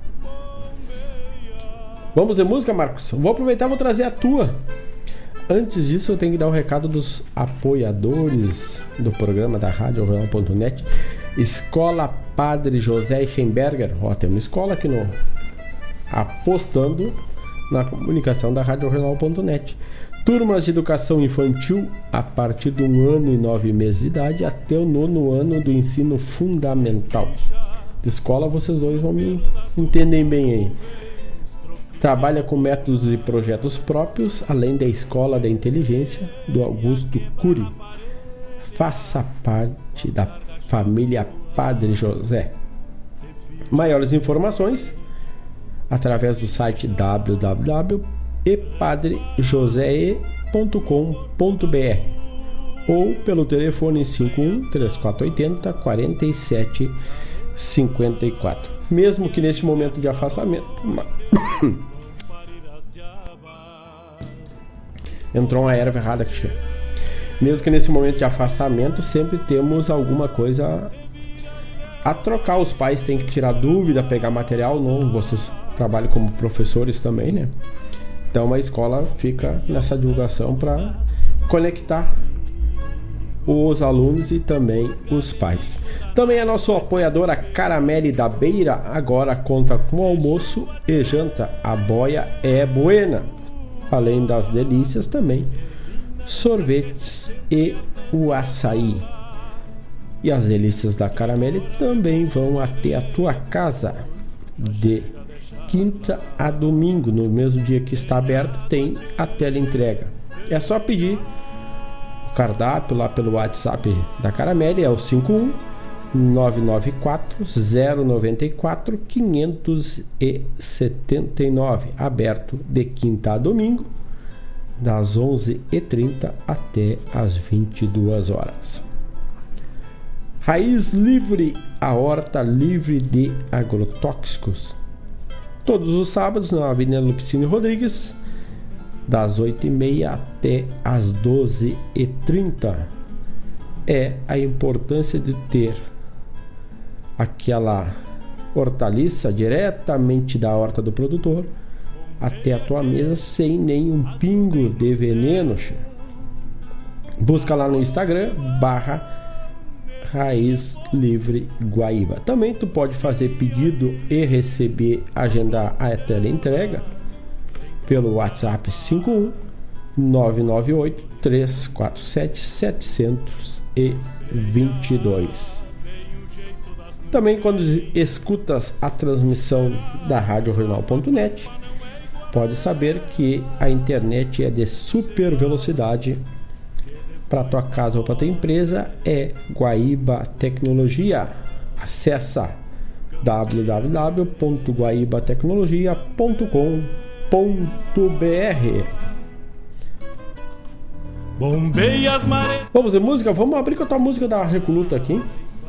Vamos de música, Marcos? Vou aproveitar e vou trazer a tua. Antes disso, eu tenho que dar o um recado dos apoiadores do programa da Rádio Regional ponto net. Escola Padre José Schemberger. Ó, tem uma escola aqui no... apostando na comunicação da Rádio Regional ponto net. Turmas de educação infantil a partir de um ano e nove meses de idade até o nono ano do ensino fundamental. De escola, vocês dois vão me entendem bem aí. Trabalha com métodos e projetos próprios, além da Escola da Inteligência do Augusto Cury. Faça parte da família Padre José. Maiores informações através do site w w w ponto e padre josé ponto com ponto b r ou pelo telefone cinco um três quatro oito zero quatro sete cinco quatro. mesmo que neste momento de afastamento. Entrou uma erva errada aqui. Mesmo que nesse momento de afastamento, sempre temos alguma coisa a trocar. Os pais têm que tirar dúvida, pegar material. Não, vocês trabalham como professores também, né? Então a escola fica nessa divulgação para conectar os alunos e também os pais. Também a nossa apoiadora Caramelle da Beira agora conta com almoço e janta. A boia é buena. Além das delícias também sorvetes e o açaí. E as delícias da Caramelle também vão até a tua casa de quinta a domingo. No mesmo dia que está aberto, tem a teleentrega. É só pedir o cardápio lá pelo WhatsApp da Caramelle, é o cinco um nove nove quatro zero nove quatro cinco sete nove, aberto de quinta a domingo, das onze e trinta até as vinte e duas horas. Raiz Livre, a horta livre de agrotóxicos. Todos os sábados na Avenida Lupicínio Rodrigues, das oito e meia até as doze e trinta. É a importância de ter aquela hortaliça diretamente da horta do produtor até a tua mesa sem nenhum pingo de veneno. Busca lá no Instagram barra Raiz Livre Guaíba. Também tu pode fazer pedido e receber, agendar a teleentrega pelo WhatsApp cinco um nove nove oito três quatro sete sete dois dois. Também quando escutas a transmissão da rádio regional ponto net, pode saber que a internet é de super velocidade para tua casa ou para tua empresa. É Guaíba Tecnologia. Acessa w w w ponto guaíba tecnologia ponto com ponto b r. Vamos ver música? Vamos abrir com a tua música da Recoluta aqui,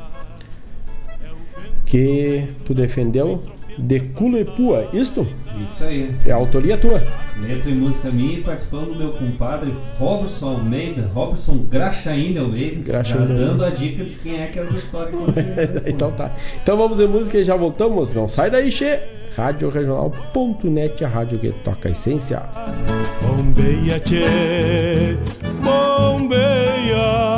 que tu defendeu, de Culo e Pua, isto? Isso aí. É a autoria tua. Letra e música minha, e participando do meu compadre Robertson Almeida, Robertson Graxaíne Almeida, Graxaíne já dando Almeida. a dica de quem é que as histórias continuam. Então tá. Então vamos ver música e já voltamos. Não sai daí, che! rádio regional ponto net, a rádio que toca a essência. Bombeia, che, bombeia.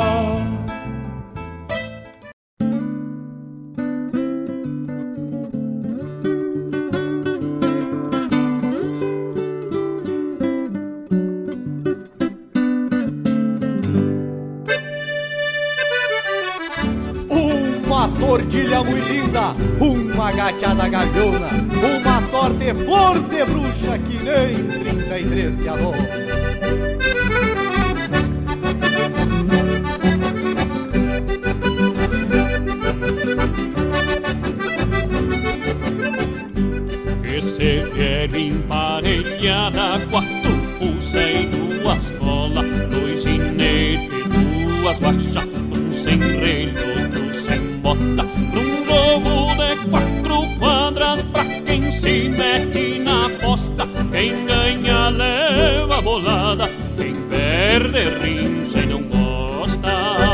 Uma tordilha muito linda, uma gateada gaviona, uma sorte flor de bruxa que nem trinta e três se alô. Esse velho emparelhada, quatro fuzéis, duas colas, dois ginetes, duas guachas, um sem relho, outro sem bota, pra um jogo de quatro quadras, pra quem se mete na aposta. Quem ganha leva bolada, quem perde rincha e não gosta.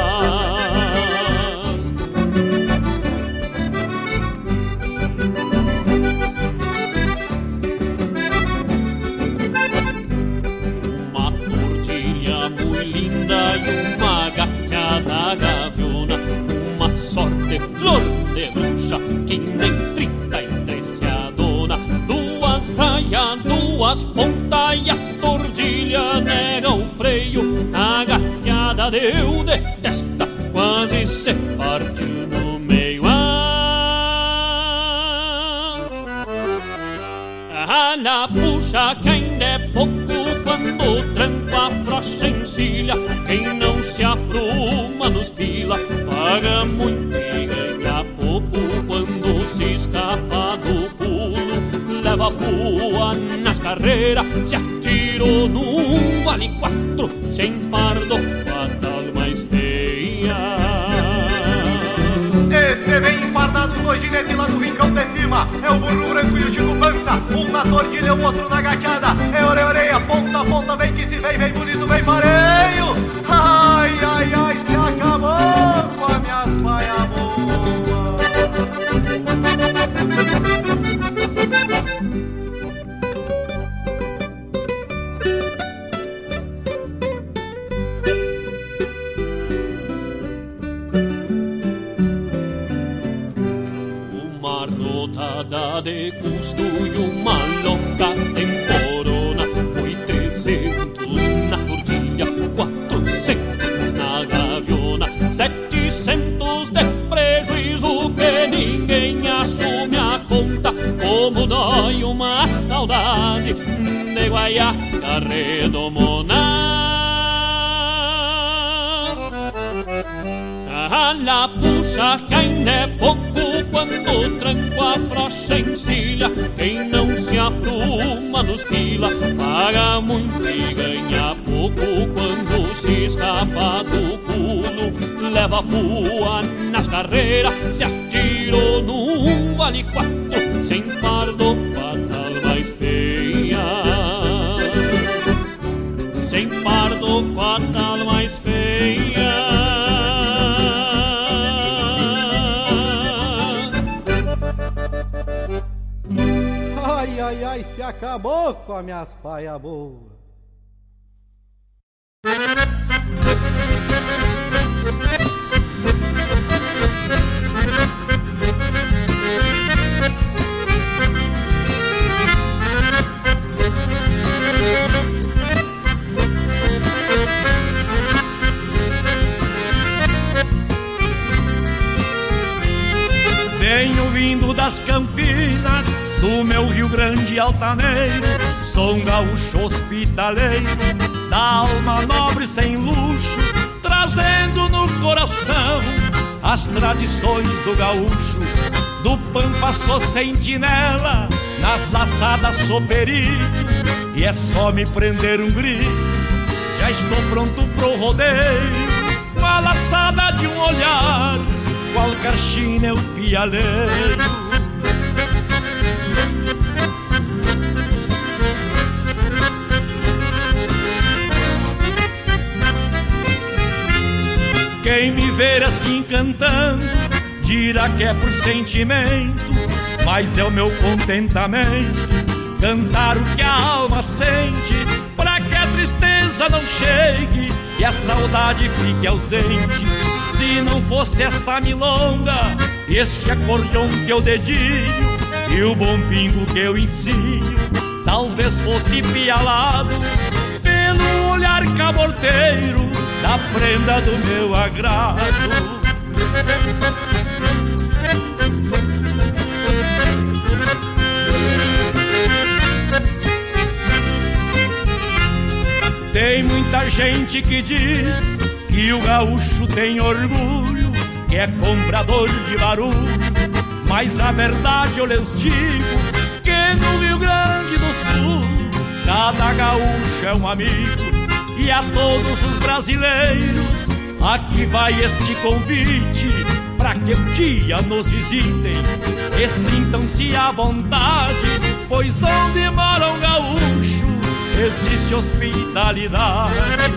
Uma tordilha muito linda e uma gateada gaviona, uma sorte flor de bruxa que nem trinta e três se adona. Duas raias, duas pontas e a tordilha nega o freio. A gateada deu de testa, quase se partiu no meio. Ah, na puxa que ainda é pouco, quando tranco afrouxa encilha. Quem não se apruma nos pila, paga muito e ganha pouco. Quando se escapa do pulo, leva a pua nas carreiras. Se atirou num vale quatro, sem pardo, fatal mais feia. Se vem empardado dois ginetes lá do rincão de cima. É o burro branco e o Chico Pança, um na tordilha, o outro na gateada. É orelha, orelha, ponta a ponta, vem que se vem, vem bonito, vem pareio. Ai, ai, ai, se acabou com as minhas paias boas. De custo e uma louca temporona. Foi trezentos na tordilha, quatrocentos na gaviona, setecentos de prejuízo que ninguém assume a conta. Como dói uma saudade de guaiaca redomona. A la puxa que ainda é pouco quando tranco a frocha encilha. Quem não se apruma nos pila paga muito e ganha pouco. Quando se escapa do pulo, leva pua nas carreiras. Se atirou num vale quatro, sem pardo patal mais feia. Sem pardo patal mais feia. Ai, ai, ai, se acabou com as minhas paias boas. Venho vindo das Campinas, do meu Rio Grande altaneiro. Sou um gaúcho hospitaleiro, da alma nobre sem luxo, trazendo no coração as tradições do gaúcho. Do pampa sou sentinela, nas laçadas sou perigo, e é só me prender um grito, já estou pronto pro rodeio. Com a laçada de um olhar, qualquer china é o pialeiro. Quem me ver assim cantando dirá que é por sentimento, mas é o meu contentamento cantar o que a alma sente, pra que a tristeza não chegue e a saudade fique ausente. Se não fosse esta milonga, este acordeão que eu dedilho e o bom pingo que eu ensino, talvez fosse pialado pelo olhar caborteiro da prenda do meu agrado. Tem muita gente que diz que o gaúcho tem orgulho, que é comprador de barulho, mas a verdade eu lhes digo que no Rio Grande do Sul cada gaúcho é um amigo. E a todos os brasileiros aqui vai este convite, pra que um dia nos visitem e sintam-se à vontade, pois onde mora um gaúcho existe hospitalidade.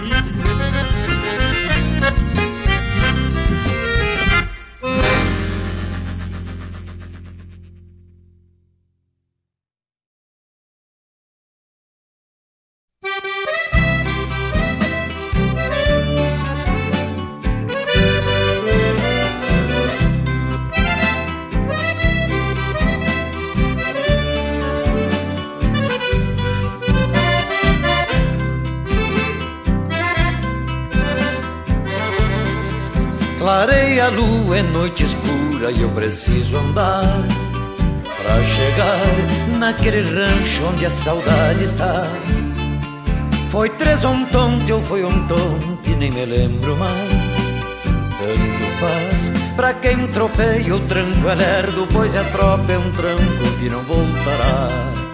Clareia a lua, é noite escura e eu preciso andar pra chegar naquele rancho onde a saudade está. Foi três ontem ou foi ontem, nem me lembro mais. Tanto faz, pra quem tropeia o tranco é lerdo, pois a tropa é um tranco que não voltará.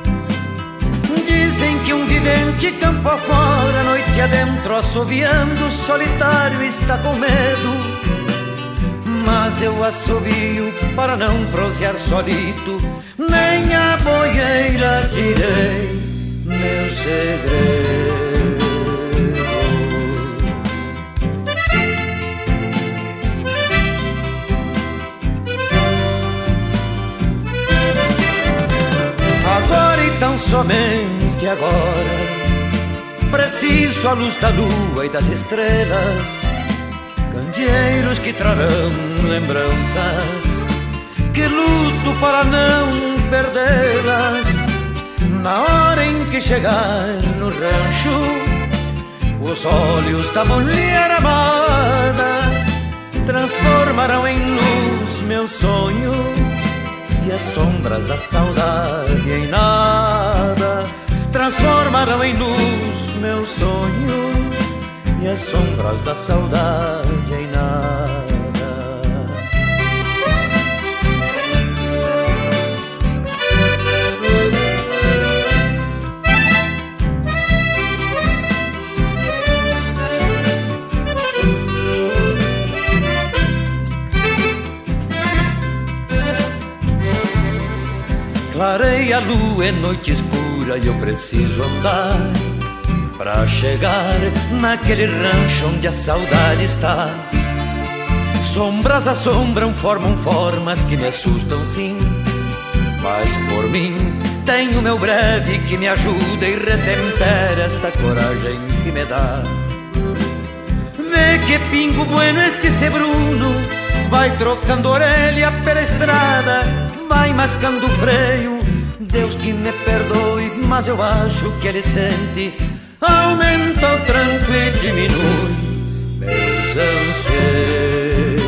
Dizem que um vidente campo afora, noite adentro assoviando, solitário está com medo. mas eu assobio para não prosear solito, nem a boieira direi meu segredo. Agora e tão somente agora preciso a luz da lua e das estrelas, candeeiros que trarão lembranças, que luto para não perdê-las. Na hora em que chegar no rancho, os olhos da mulher amada transformarão em luz meus sonhos, e as sombras da saudade em nada transformarão em luz meus sonhos, e as sombras da saudade em nada. Clareia a lua em noite escura e eu preciso andar pra chegar naquele rancho onde a saudade está. Sombras assombram, formam formas que me assustam sim, mas por mim tenho meu breve que me ajuda e retempera esta coragem que me dá. Vê que pingo bueno este sebruno vai trocando orelha pela estrada, vai mascando o freio. Deus que me perdoe, mas eu acho que ele sente, aumenta o tranco e diminui meus anseios.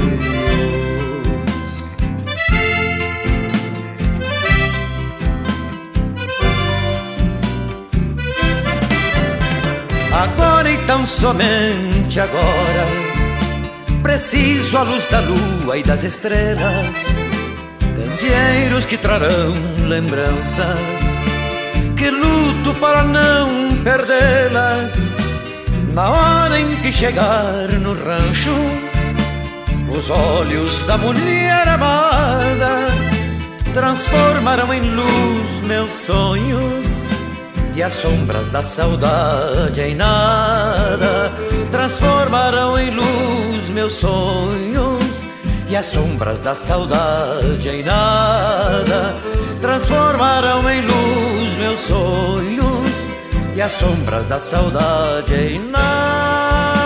Agora e tão somente agora preciso a luz da lua e das estrelas, candeeiros que trarão lembranças, que luto para não perdê-las. Na hora em que chegar no rancho, os olhos da mulher amada transformarão em luz meus sonhos, e as sombras da saudade em nada transformarão em luz meus sonhos, e as sombras da saudade em nada transformarão em luz meus sonhos, e as sombras da saudade em nada.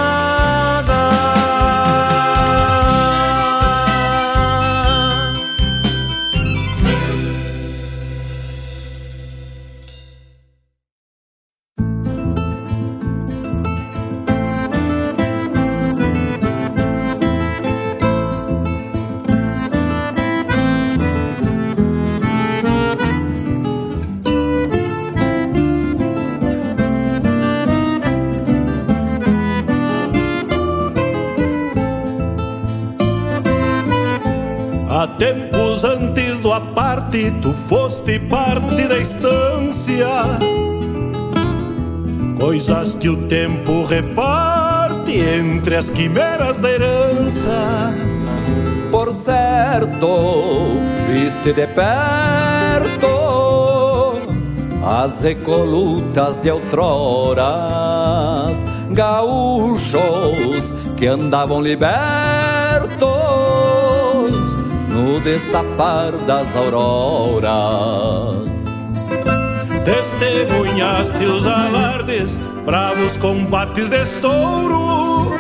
Há tempos antes do aparte, tu foste parte da estância, coisas que o tempo reparte entre as quimeras da herança. Por certo, viste de perto as recolutas de outroras, gaúchos que andavam libertos no destapar das auroras. Testemunhaste os alardes, bravos combates de estouro,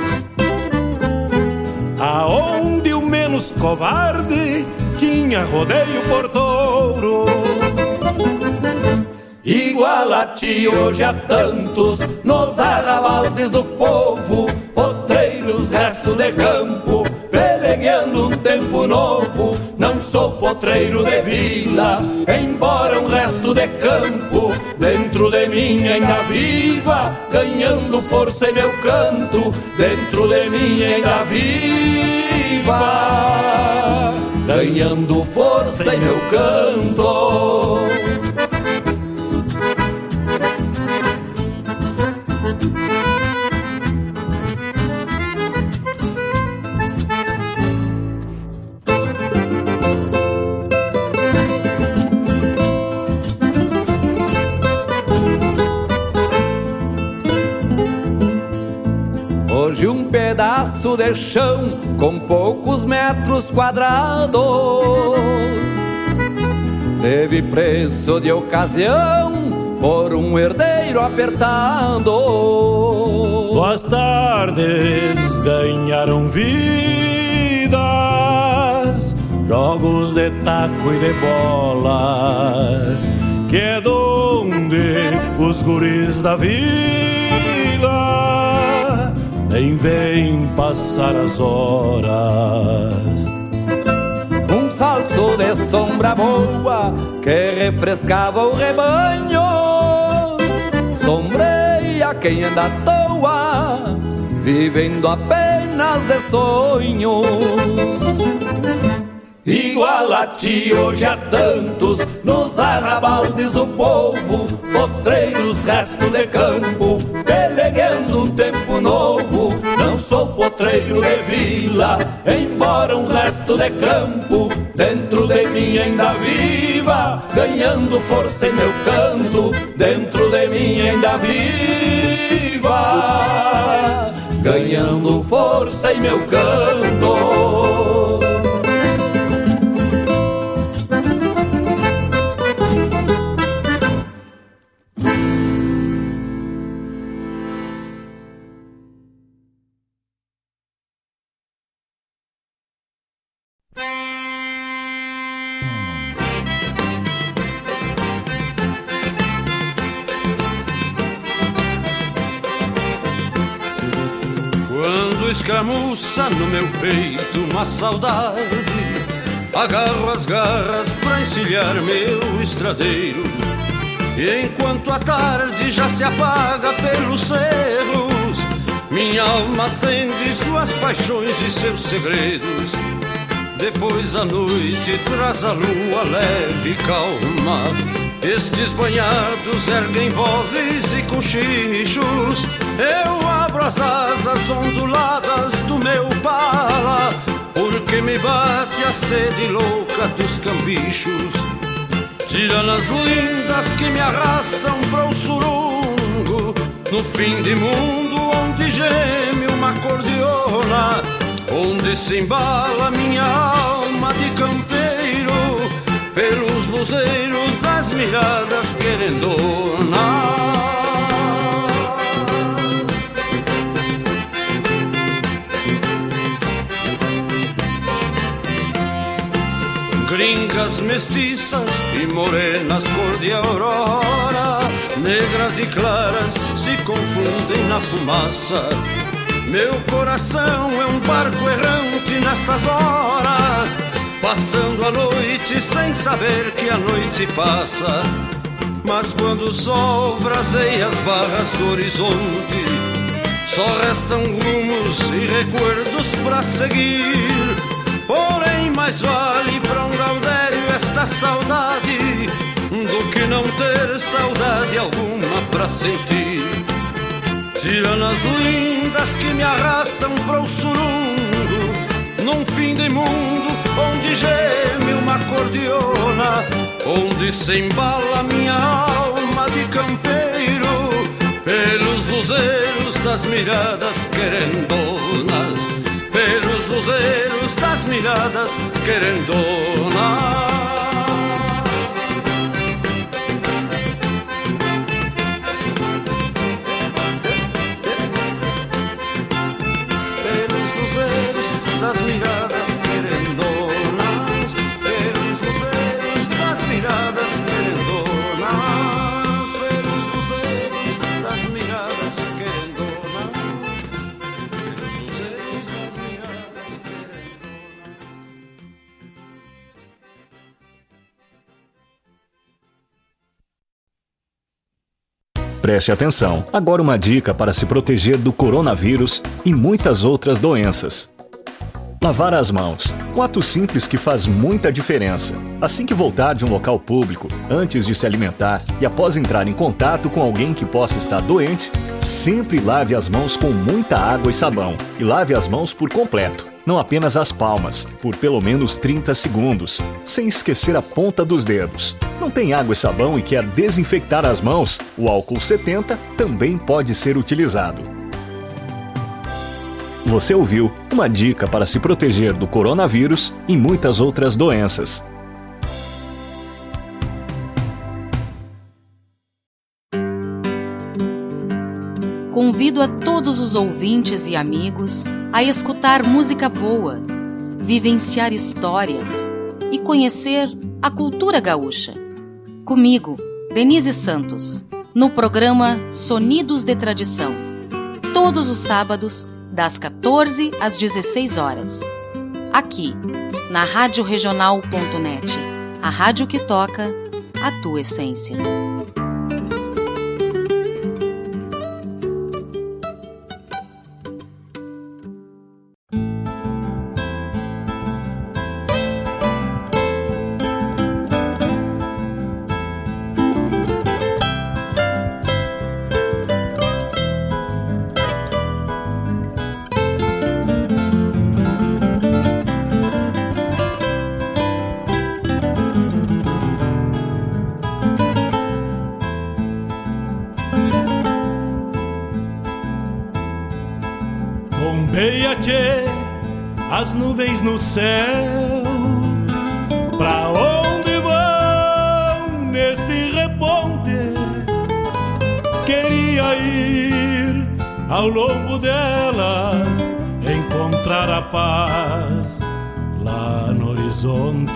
aonde o menos covarde tinha rodeio por touro. Igual a ti hoje há tantos nos arrabaldes do povo, potreiros, resto de campo, pelegueando um tempo novo. Não sou potreiro de vila, embora um resto de campo dentro de mim ainda viva, ganhando força em meu canto. Dentro de mim ainda viva, ganhando força em meu canto. de um pedaço de chão com poucos metros quadrados. Teve preço de ocasião por um herdeiro apertado. Duas tardes ganharam vidas, jogos de taco e de bola, que é donde os guris da vila nem vêm passar as horas. Um salso de sombra boa que refrescava o rebanho sombreia quem anda à toa, vivendo apenas de sonhos. Igual a ti hoje há tantos nos arrabaldes do povo, potreiros, resto de campo, pelegueando um tempo novo. Não sou potreiro de vila, embora um resto de campo dentro de mim ainda viva, ganhando força em meu canto. Dentro de mim ainda viva, ganhando força em meu canto. Escramuça no meu peito uma saudade, agarro as garras pra encilhar meu estradeiro. E enquanto a tarde já se apaga pelos cerros, minha alma acende suas paixões e seus segredos. Depois a noite traz a lua leve e calma, estes banhados erguem vozes e cochichos. Eu abro as asas onduladas do meu pala, porque me bate a sede louca dos cambichos. Tiranas lindas que me arrastam para o surungo, no fim de mundo onde geme uma cordiona, onde se embala minha alma de campeiro, pelos luzeiros das miradas querendonas. Gringas mestiças e morenas cor de aurora, negras e claras se confundem na fumaça. Meu coração é um barco errante nestas horas, passando a noite sem saber que a noite passa. Mas quando o sol braseia as barras do horizonte, só restam rumos e recuerdos pra seguir. Porém mais vale pra um gaudério esta saudade do que não ter saudade alguma pra sentir. Tiranas lindas que me arrastam para o surungo, num fim de mundo onde geme uma cordiona, onde se embala minha alma de campeiro, pelos luzeiros das miradas querendonas, pelos luzeiros das miradas querendonas. Das miradas querendonas, pelos luzeiros das miradas querendonas, pelos luzeiros das miradas querendonas, pelos luzeiros das miradas querendonas. Preste atenção, agora uma dica para se proteger do coronavírus e muitas outras doenças. Lavar as mãos. Um ato simples que faz muita diferença. Assim que voltar de um local público, antes de se alimentar e após entrar em contato com alguém que possa estar doente, sempre lave as mãos com muita água e sabão. E lave as mãos por completo, não apenas as palmas, por pelo menos trinta segundos, sem esquecer a ponta dos dedos. Não tem água e sabão e quer desinfectar as mãos? O álcool setenta também pode ser utilizado. Você ouviu uma dica para se proteger do coronavírus e muitas outras doenças. Convido a todos os ouvintes e amigos a escutar música boa, vivenciar histórias e conhecer a cultura gaúcha. Comigo, Denise Santos, no programa Sonidos de Tradição, todos os sábados, das quatorze às dezesseis horas. Aqui, na rádio regional ponto net, a rádio que toca a tua essência. As nuvens no céu, pra onde vão neste reponte? Queria ir ao longo delas, encontrar a paz lá no horizonte.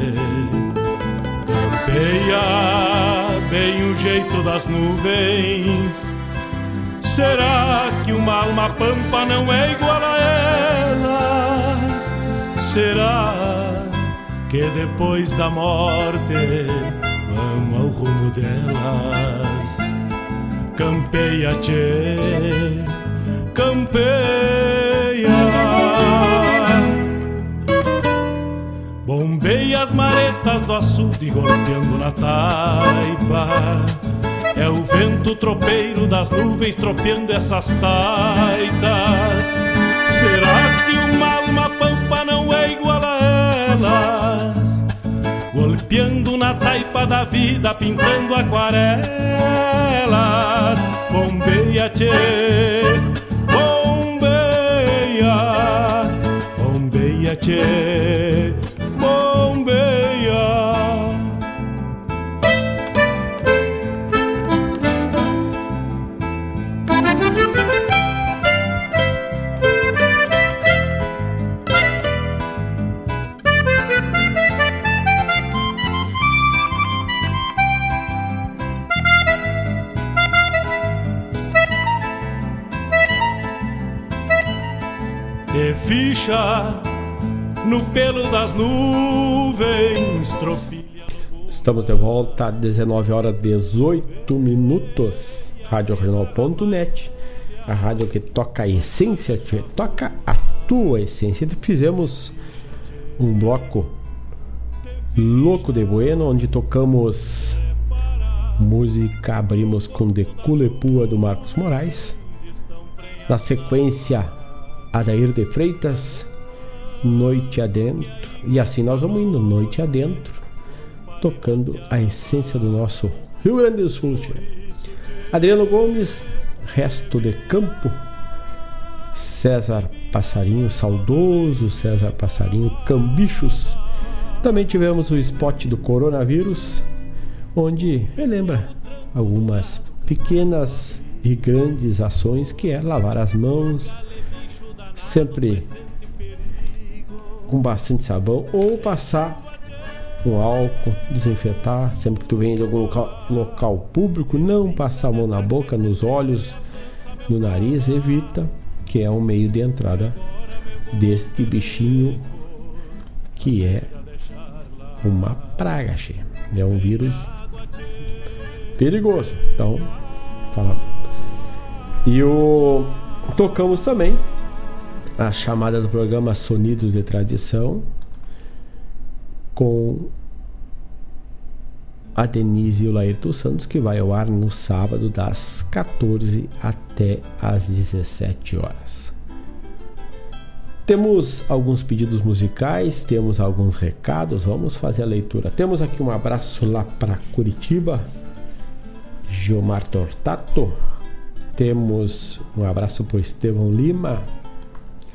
Campeia bem o jeito das nuvens. Será que uma alma pampa não é igual a ela? Será que depois da morte vão ao rumo delas? Campeia, tchê, campeia. Bombeia as maretas do açude golpeando na taipa. É o vento tropeiro das nuvens tropeando essas taitas. Será que uma alma pampa não é igual a elas? Golpeando na taipa da vida, pintando aquarelas. Bombeia, tchê, bombeia. Bombeia, tchê, bombeia. De ficha no pelo das nuvens tropilha. Estamos de volta às dezenove horas e dezoito minutos. rádio regional ponto net, a rádio que toca a essência, que toca a tua essência. Fizemos um bloco louco de bueno, onde tocamos música, abrimos com De Culepua do Marcos Moraes. Na sequência, Adair de Freitas, Noite Adentro. E assim nós vamos indo, Noite Adentro, tocando a essência do nosso Rio Grande do Sul. Adriano Gomes, Resto de Campo. César Passarinho, saudoso César Passarinho, Cambichos. Também tivemos o spot do coronavírus, onde relembra algumas pequenas e grandes ações, que é lavar as mãos, sempre com bastante sabão, ou passar com álcool, desinfetar. Sempre que tu vem de algum local, local público, não passar a mão na boca, nos olhos, no nariz. Evita, que é um meio de entrada deste bichinho que é uma praga, cheia. É um vírus perigoso. Então, fala. E o tocamos também a chamada do programa Sonidos de Tradição com a Denise e o Laírton Santos, que vai ao ar no sábado das quatorze até as dezessete horas. Temos alguns pedidos musicais, temos alguns recados, vamos fazer a leitura. Temos aqui um abraço lá para Curitiba, Gilmar Tortato. Temos um abraço para Estevão Lima.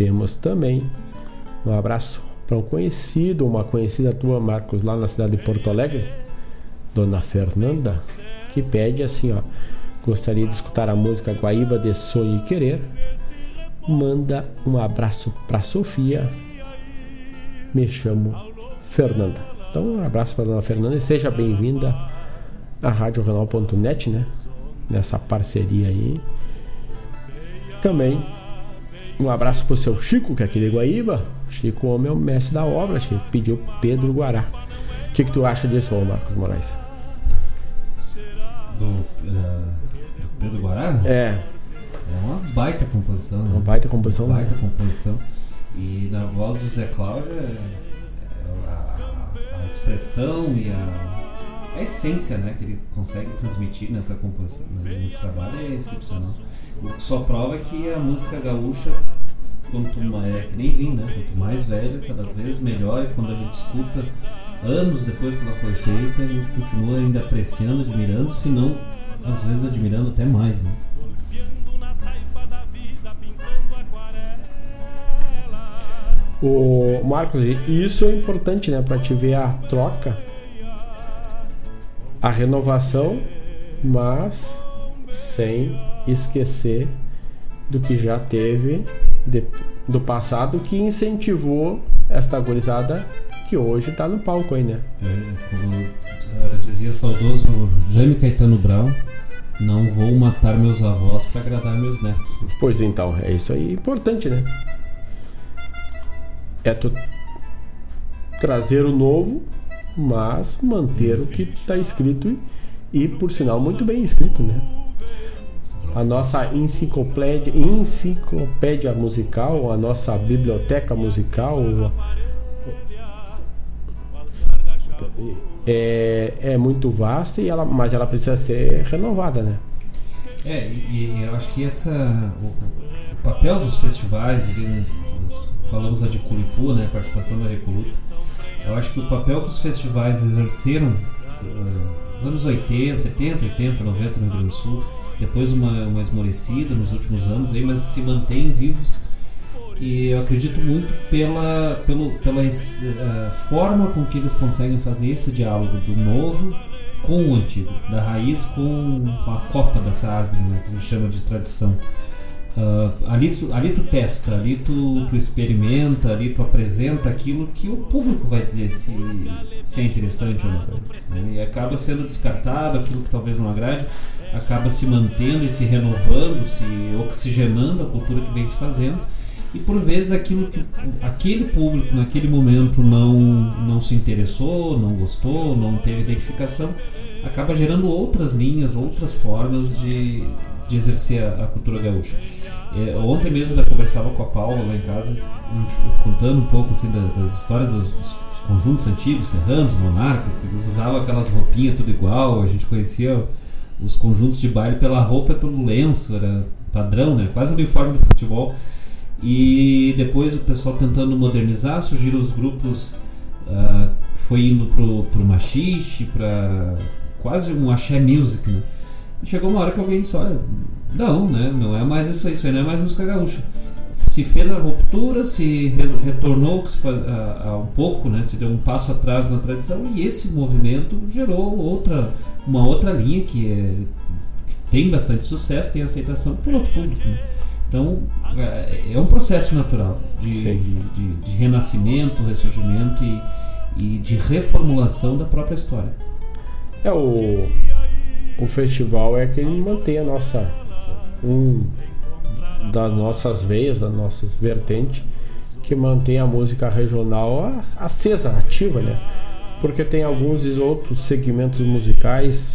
Temos também um abraço para um conhecido, uma conhecida tua, Marcos, lá na cidade de Porto Alegre, Dona Fernanda, que pede assim, ó: gostaria de escutar a música Guaíba de Sonho e Querer. Manda um abraço para Sofia. Me chamo Fernanda. Então, um abraço para Dona Fernanda e seja bem-vinda à rádio regional ponto net, né? Nessa parceria aí. Também um abraço pro seu Chico, que é aqui de Guaíba. Chico, homem, é o mestre da obra, Chico. Pediu Pedro Guará. O que, que tu acha disso, Marcos Moraes? Do, uh, do Pedro Guará? É. É uma baita composição. Né? Uma baita composição. Uma baita né? composição. E na voz do Zé Cláudio, é, é a, a expressão e a, a essência, né, que ele consegue transmitir nessa composição, nesse trabalho é excepcional. O que só prova é que a música gaúcha, quanto mais, é que nem vinho, né? Quanto mais velha, cada vez melhor. E quando a gente escuta anos depois que ela foi feita, a gente continua ainda apreciando, admirando, se não, às vezes admirando até mais, né? O Marcos, isso é importante, né, para te ver a troca, a renovação, mas sem esquecer do que já teve de, do passado, que incentivou esta gurizada que hoje está no palco aí, né? É, como dizia saudoso Jaime Caetano Brown, não vou matar meus avós para agradar meus netos. Pois então, é isso aí, importante, né? É tu trazer o novo, mas manter o que está escrito e, e, por sinal, muito bem escrito, né? A nossa enciclopédia, enciclopédia musical, a nossa biblioteca musical é, é muito vasta, e ela, mas ela precisa ser renovada, né? É, e, e eu acho que essa, o, o papel dos festivais, falamos lá de Culipu, né, participação da Recoluta, eu acho que o papel que os festivais exerceram uh, nos anos oitenta, setenta, oitenta, noventa no Rio Grande do Sul, depois uma, uma esmorecida nos últimos anos, aí, mas se mantêm vivos, e eu acredito muito pela, pelo, pela uh, forma com que eles conseguem fazer esse diálogo do novo com o antigo, da raiz com, com a copa dessa árvore, né, que a gente chama de tradição. Uh, ali, ali tu testa, ali tu, tu experimenta, ali tu apresenta aquilo que o público vai dizer se, se é interessante ou não, né? E acaba sendo descartado aquilo que talvez não agrade, acaba se mantendo e se renovando, se oxigenando a cultura que vem se fazendo, e por vezes aquilo que aquele público naquele momento não, não se interessou, não gostou, não teve identificação, acaba gerando outras linhas, outras formas de, de exercer a, a cultura gaúcha. É, ontem mesmo eu conversava com a Paula lá em casa, contando um pouco assim, das, das histórias dos, dos conjuntos antigos, serranos, monarcas, que eles usavam aquelas roupinhas tudo igual. A gente conhecia os conjuntos de baile pela roupa e pelo lenço, era padrão, né? Quase um uniforme do futebol. E depois o pessoal tentando modernizar, surgiram os grupos, uh, foi indo pro, pro machixe, para quase um axé music, né? E chegou uma hora que alguém disse, olha, não, né, não é mais isso aí, isso aí não é mais música gaúcha. Se fez a ruptura, se re- retornou se faz, a, a um pouco, né, se deu um passo atrás na tradição, e esse movimento gerou outra, uma outra linha que, é, que tem bastante sucesso, tem aceitação por outro público, né? Então é, é um processo natural de, de, de, de renascimento, ressurgimento e, e de reformulação da própria história. É o O festival é que ele mantém a nossa um das nossas veias, das nossas vertentes, que mantém a música regional acesa, ativa, né? Porque tem alguns outros segmentos musicais,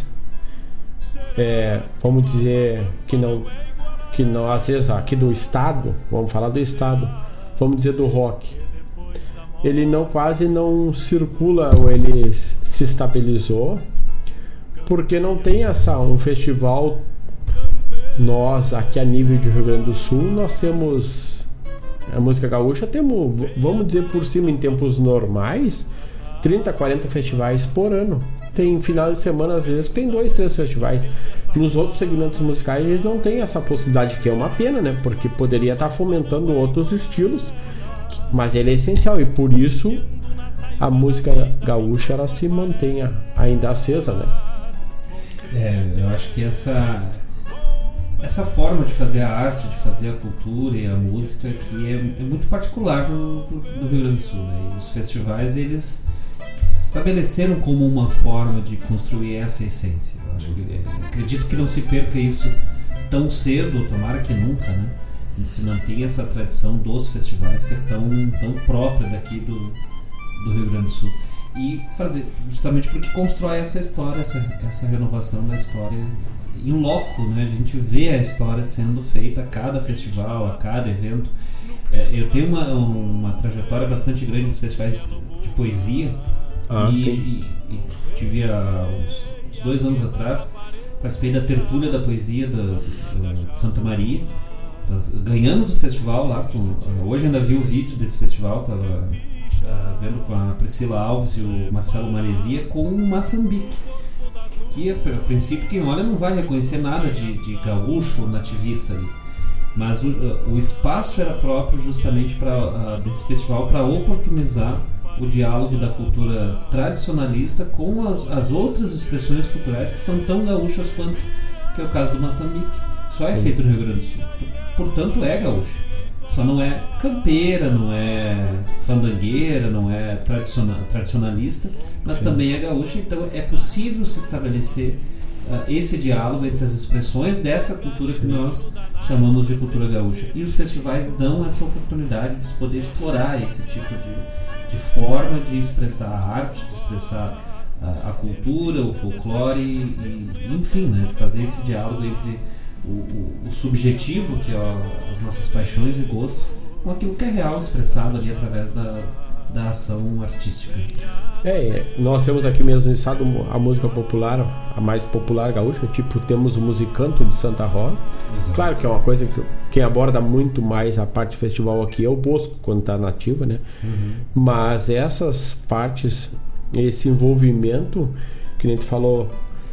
é, vamos dizer que não, que não às vezes aqui do estado, vamos falar do estado, vamos dizer do rock, ele não quase não circula, ou ele se estabilizou porque não tem essa, um festival. Nós aqui a nível de Rio Grande do Sul, nós temos a música gaúcha, temos, vamos dizer por cima, em tempos normais, trinta, quarenta festivais por ano. Tem final de semana às vezes que tem dois, três festivais. nos outros segmentos musicais eles não têm essa possibilidade, que é uma pena, né? Porque poderia estar fomentando outros estilos, mas ele é essencial e por isso a música gaúcha ela se mantenha ainda acesa, né? É, eu acho que essa essa forma de fazer a arte, de fazer a cultura e a música que é, é muito particular do, do, do Rio Grande do Sul, né? E os festivais eles se estabeleceram como uma forma de construir essa essência. Eu acho que, é, acredito que não se perca isso tão cedo, tomara que nunca, né? Se mantenha essa tradição dos festivais que é tão, tão própria daqui do, do Rio Grande do Sul. E fazer, justamente porque constrói essa história, essa, essa renovação da história em loco, né? A gente vê a história sendo feita a cada festival, a cada evento. É, eu tenho uma, uma trajetória bastante grande nos festivais de, de poesia. Ah, e, sim. E, e tive há uns, uns dois anos atrás, participei da tertúlia da poesia da, da, de Santa Maria. Nós ganhamos o festival lá. Com, hoje ainda vi o vídeo desse festival, estava uh, vendo com a Priscila Alves e o Marcelo Maresia com o Moçambique. Que a, a princípio quem olha não vai reconhecer nada de, de gaúcho ou nativista ali. Mas o, o espaço era próprio justamente para uh, desse festival para oportunizar o diálogo da cultura tradicionalista com as, as outras expressões culturais que são tão gaúchas quanto, que é o caso do Moçambique. Só é Sim. feito no Rio Grande do Sul, portanto é gaúcho. Só não é campeira, não é fandangueira, não é tradicional, tradicionalista, mas Sim. também é gaúcho. Então é possível se estabelecer uh, esse diálogo entre as expressões dessa cultura Sim. que nós chamamos de cultura gaúcha. E os festivais dão essa oportunidade de poder explorar esse tipo de, de forma de expressar a arte, de expressar a, a cultura, o folclore, e, e, enfim, né, de fazer esse diálogo entre o, o, o subjetivo, que é as nossas paixões e gostos, com aquilo que é real, expressado ali através da, da ação artística. É, nós temos aqui mesmo no estado a música popular, a mais popular gaúcha, tipo, temos o Musicanto de Santa Rosa. Exato. Claro que é uma coisa que quem aborda muito mais a parte festival aqui é o Bosco, quando está nativa, né? Uhum. Mas essas partes, esse envolvimento, que a gente falou,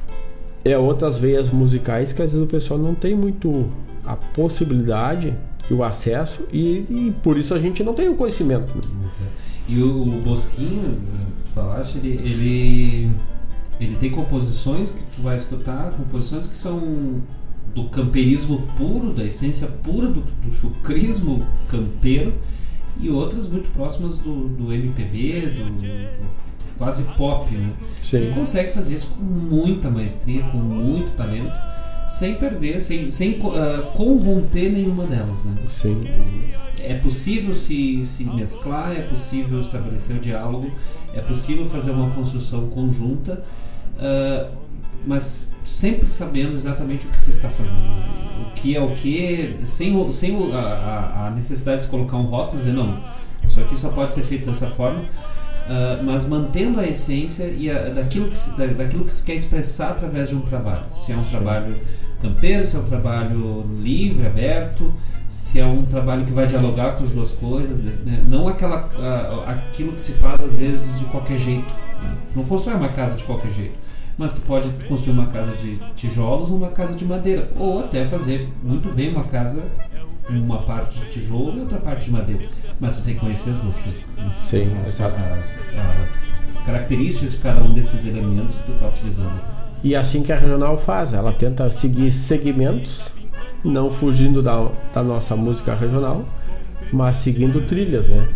é outras veias musicais que às vezes o pessoal não tem muito a possibilidade e o acesso, e, e por isso a gente não tem o conhecimento. Né? E o, o Bosquinho, tu falaste, ele, ele, ele tem composições que tu vai escutar, composições que são do camperismo puro, da essência pura do, do chucrismo campeiro, e outras muito próximas do, do M P B, do, do quase pop, né? Sim. Ele consegue fazer isso com muita maestria, com muito talento, sem perder, sem, sem uh, corromper nenhuma delas, né? Sim. É possível se, se mesclar, é possível estabelecer o diálogo, é possível fazer uma construção conjunta, uh, mas sempre sabendo exatamente o que se está fazendo, né? O que é o que, sem, sem a, a necessidade de colocar um rótulo e dizer, não, isso aqui só pode ser feito dessa forma, uh, mas mantendo a essência e a, daquilo, que se, da, daquilo que se quer expressar através de um trabalho. Se é um Sim. trabalho campeiro, se é um trabalho livre, aberto, se é um trabalho que vai dialogar com as duas coisas, né? Não aquela, uh, aquilo que se faz às vezes de qualquer jeito, né? Não constrói uma casa de qualquer jeito, mas tu pode construir uma casa de tijolos ou uma casa de madeira, ou até fazer muito bem uma casa, uma parte de tijolo e outra parte de madeira, mas tu tem que conhecer as duas coisas, né? Sim, as, as, as características de cada um desses elementos que tu está utilizando. E assim que a Regional faz, ela tenta seguir segmentos, não fugindo da, da nossa música regional, mas seguindo trilhas, né?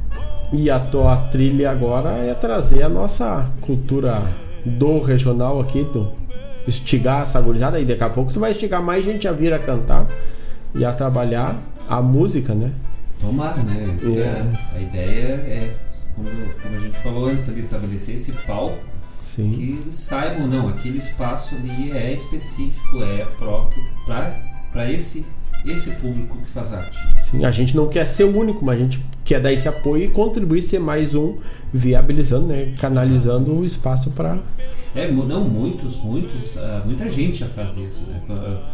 E a tua trilha agora é trazer a nossa cultura do regional aqui, do estigar essa gurizada, e daqui a pouco tu vai estigar mais gente a vir a cantar e a trabalhar a música, né? Tomara, né? Isso é. É, a ideia é, como, como a gente falou antes ali, estabelecer esse palco. Sim. Que eles saibam, não, aquele espaço ali é específico, é próprio para esse, esse público que faz arte. Sim, a gente não quer ser o único, mas a gente quer dar esse apoio e contribuir, ser mais um, viabilizando, né, canalizando Exato. O espaço para... É, não, muitos, muitos, uh, muita gente já faz isso, né?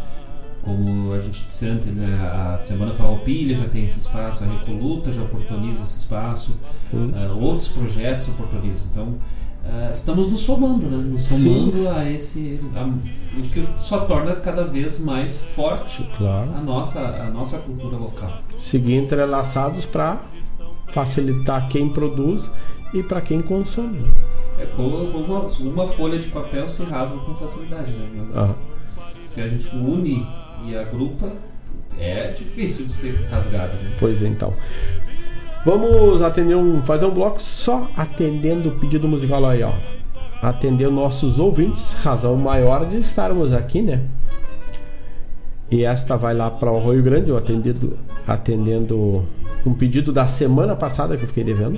Como a gente disse antes, né, a Semana Farroupilha já tem esse espaço, a Recoluta já oportuniza esse espaço, uh, outros projetos oportunizam. Então, uh, estamos nos somando, né? Nos somando Sim. a esse... A, o que só torna cada vez mais forte claro. a, nossa, a nossa cultura local. Seguir entrelaçados para facilitar quem produz e para quem consome. É como uma, uma folha de papel se rasga com facilidade, né? Mas ah. se a gente une e agrupa, é difícil de ser rasgado, né? Pois é, então. Vamos atender um, fazer um bloco só atendendo o pedido musical aí, ó. Atender nossos ouvintes, razão maior de estarmos aqui, né? E esta vai lá para o Arroio Grande, eu atendendo, atendendo um pedido da semana passada que eu fiquei devendo.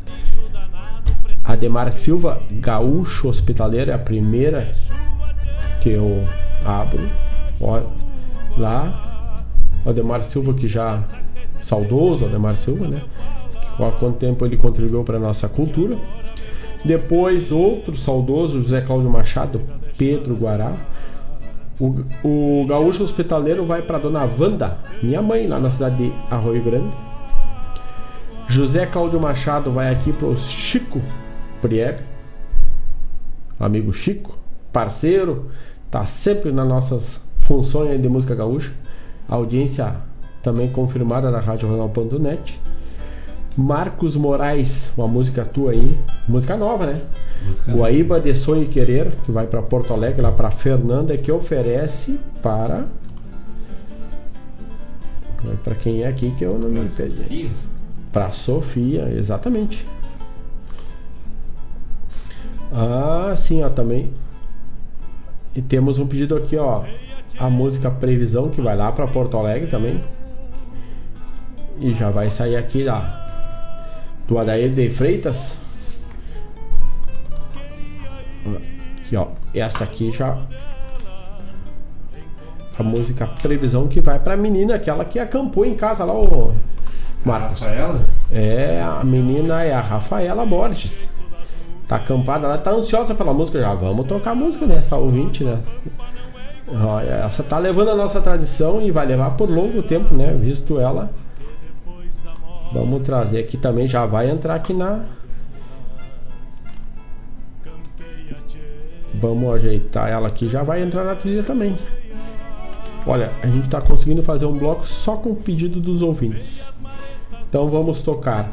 Ademar Silva, Gaúcho Hospitaleiro, é a primeira que eu abro. Ó, lá, Ademar Silva, que já saudoso, Ademar Silva, né? Que há quanto tempo ele contribuiu para a nossa cultura. Depois, outro saudoso, José Cláudio Machado, Pedro Guará. O, o Gaúcho Hospitaleiro vai para Dona Wanda, minha mãe, lá na cidade de Arroio Grande. José Cláudio Machado vai aqui para o Chico Priebe, amigo Chico, parceiro, tá sempre nas nossas funções de música gaúcha. Audiência também confirmada da rádio regional ponto net. Marcos Moraes, uma música tua aí, música nova, né? Música Guaíba de Sonho e Querer, que vai para Porto Alegre, lá para Fernanda, que oferece para para quem é aqui que eu não me perdi. Para Sofia, exatamente. Ah, sim, ó, também. E temos um pedido aqui, ó, a música Previsão, que vai lá para Porto Alegre também. E já vai sair aqui lá do Adair de Freitas. Aqui, ó, essa aqui já a música Previsão, que vai pra menina, aquela que acampou em casa lá, o Marcos. A Rafaela? É, a menina é a Rafaela Borges. Tá acampada, ela tá ansiosa pela música. Já vamos tocar a música dessa ouvinte, né? Essa tá levando a nossa tradição e vai levar por longo tempo, né? Visto ela. Vamos trazer aqui também, já vai entrar aqui na... Vamos ajeitar ela aqui, já vai entrar na trilha também. Olha, a gente tá conseguindo fazer um bloco só com o pedido dos ouvintes. Então vamos tocar.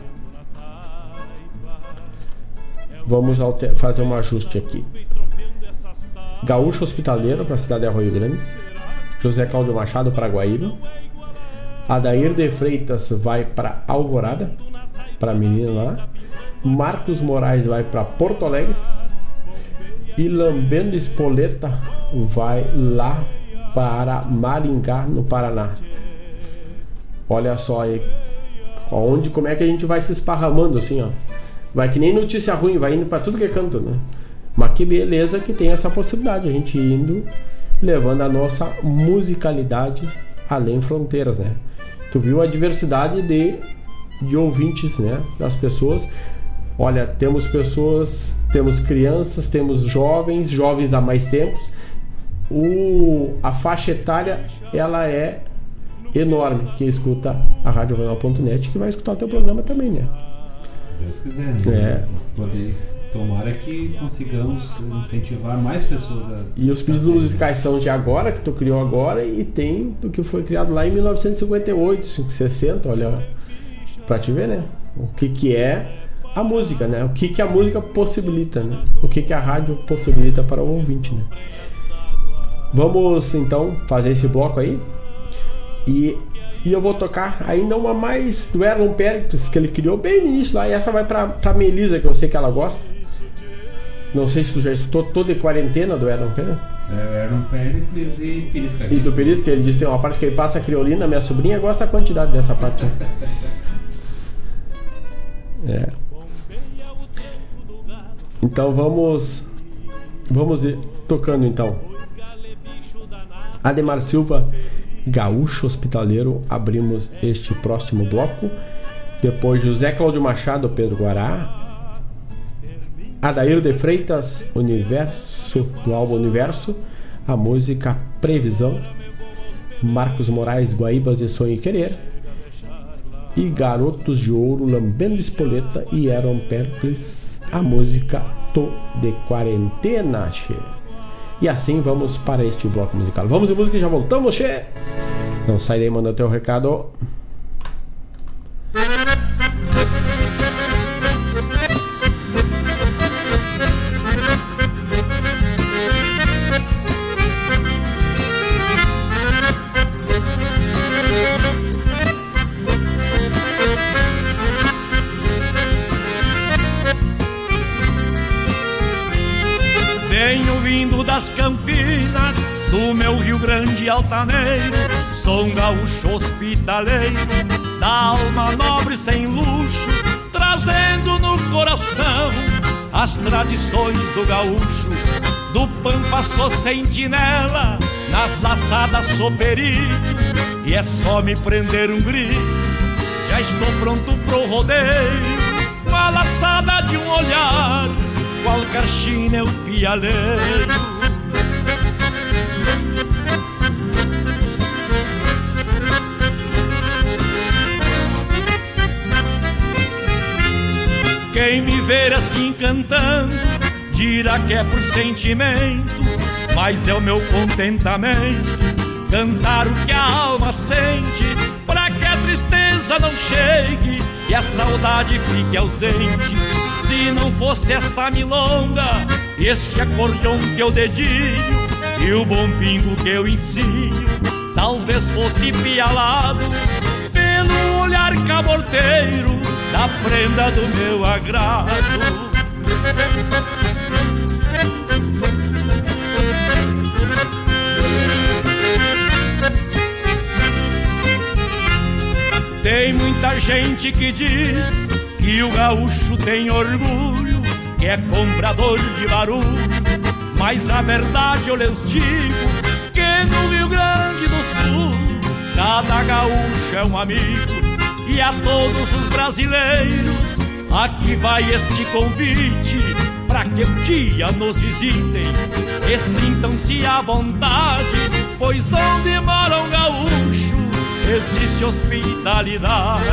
Vamos alter... fazer um ajuste aqui. Gaúcho Hospitaleiro para a cidade de Arroio Grande. José Cláudio Machado para Guaíba. Adair de Freitas vai para Alvorada, para a menina lá. Marcos Moraes vai para Porto Alegre. E Lambendo Espoleta vai lá para Maringá, no Paraná. Olha só aí onde, como é que a gente vai se esparramando assim, ó. Vai que nem notícia ruim, vai indo para tudo que é canto, né? Mas que beleza que tem essa possibilidade, a gente indo, levando a nossa musicalidade além fronteiras, né? Tu viu a diversidade de, de ouvintes, né? Das pessoas. Olha, temos pessoas, temos crianças, temos jovens, jovens há mais tempos. O, a faixa etária, ela é enorme. Quem escuta a rádio regional ponto net, que vai escutar o teu programa também, né? Se Deus quiser, né? É. Poder, tomara que consigamos incentivar mais pessoas a... E os pedidos musicais são de agora, que tu criou agora, e tem do que foi criado lá em mil novecentos e cinquenta e oito, sessenta, olha, pra te ver, né? O que que é a música, né? O que que a música possibilita, né? O que que a rádio possibilita para o ouvinte, né? Vamos, então, fazer esse bloco aí. E... E eu vou tocar ainda uma mais do Erlon Pericles, que ele criou bem no início lá. E essa vai pra, pra Melisa, que eu sei que ela gosta. Não sei se tu já escutou toda de quarentena do Erlon Pericles. É, Erlon Pericles e Pirisca. E do Pirisca, ele diz que tem uma parte que ele passa a criolina. Minha sobrinha gosta da quantidade dessa parte. É. Então vamos... Vamos ir tocando então. Ademar Silva, Gaúcho Hospitaleiro, abrimos este próximo bloco. Depois José Cláudio Machado, Pedro Guará. Adair de Freitas, Universo, do álbum Universo, a música Previsão. Marcos Moraes, Guaíbas de Sonho e Querer. E Garotos de Ouro, Lambendo Espoleta e Erlon Pericles, a música Tô de quarentena, che. E assim vamos para este bloco musical. Vamos de música e já voltamos, che. Não sai daí, manda teu recado. Venho vindo das Campinas, do meu Rio Grande altaneiro. Sou um gaúcho hospitaleiro, da alma nobre sem luxo, trazendo no coração as tradições do gaúcho. Do pampa sou sentinela, nas laçadas sou perigo, e é só me prender um grito, já estou pronto pro rodeio. Com a laçada de um olhar, qualquer china é o pialeiro. Quem me ver assim cantando dirá que é por sentimento, mas é o meu contentamento cantar o que a alma sente, pra que a tristeza não chegue e a saudade fique ausente. Se não fosse esta milonga, este acordeão que eu dedilho e o bom pingo que eu ensino, talvez fosse pialado pelo olhar caborteiro da prenda do meu agrado. Tem muita gente que diz que o gaúcho tem orgulho, que é comprador de barulho, mas a verdade eu lhes digo que no Rio Grande do Sul cada gaúcho é um amigo. E a todos os brasileiros aqui vai este convite, pra que um dia nos visitem e sintam-se à vontade, pois onde mora um gaúcho existe hospitalidade.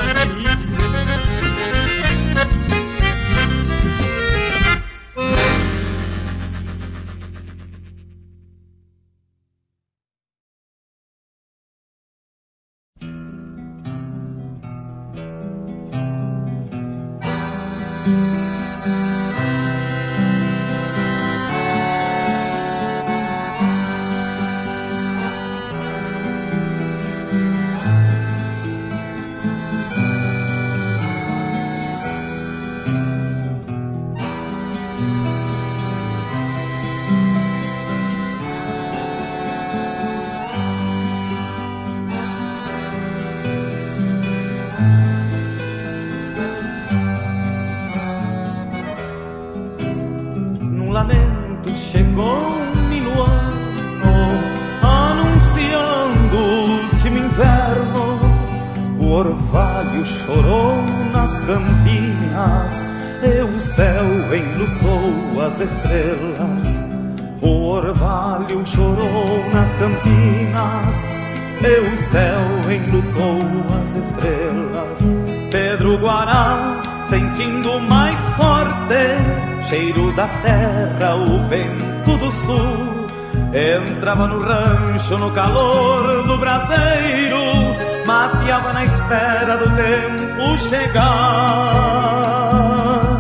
Sentindo mais forte, cheiro da terra, o vento do sul, entrava no rancho no calor do braseiro, mateava na espera do tempo chegar.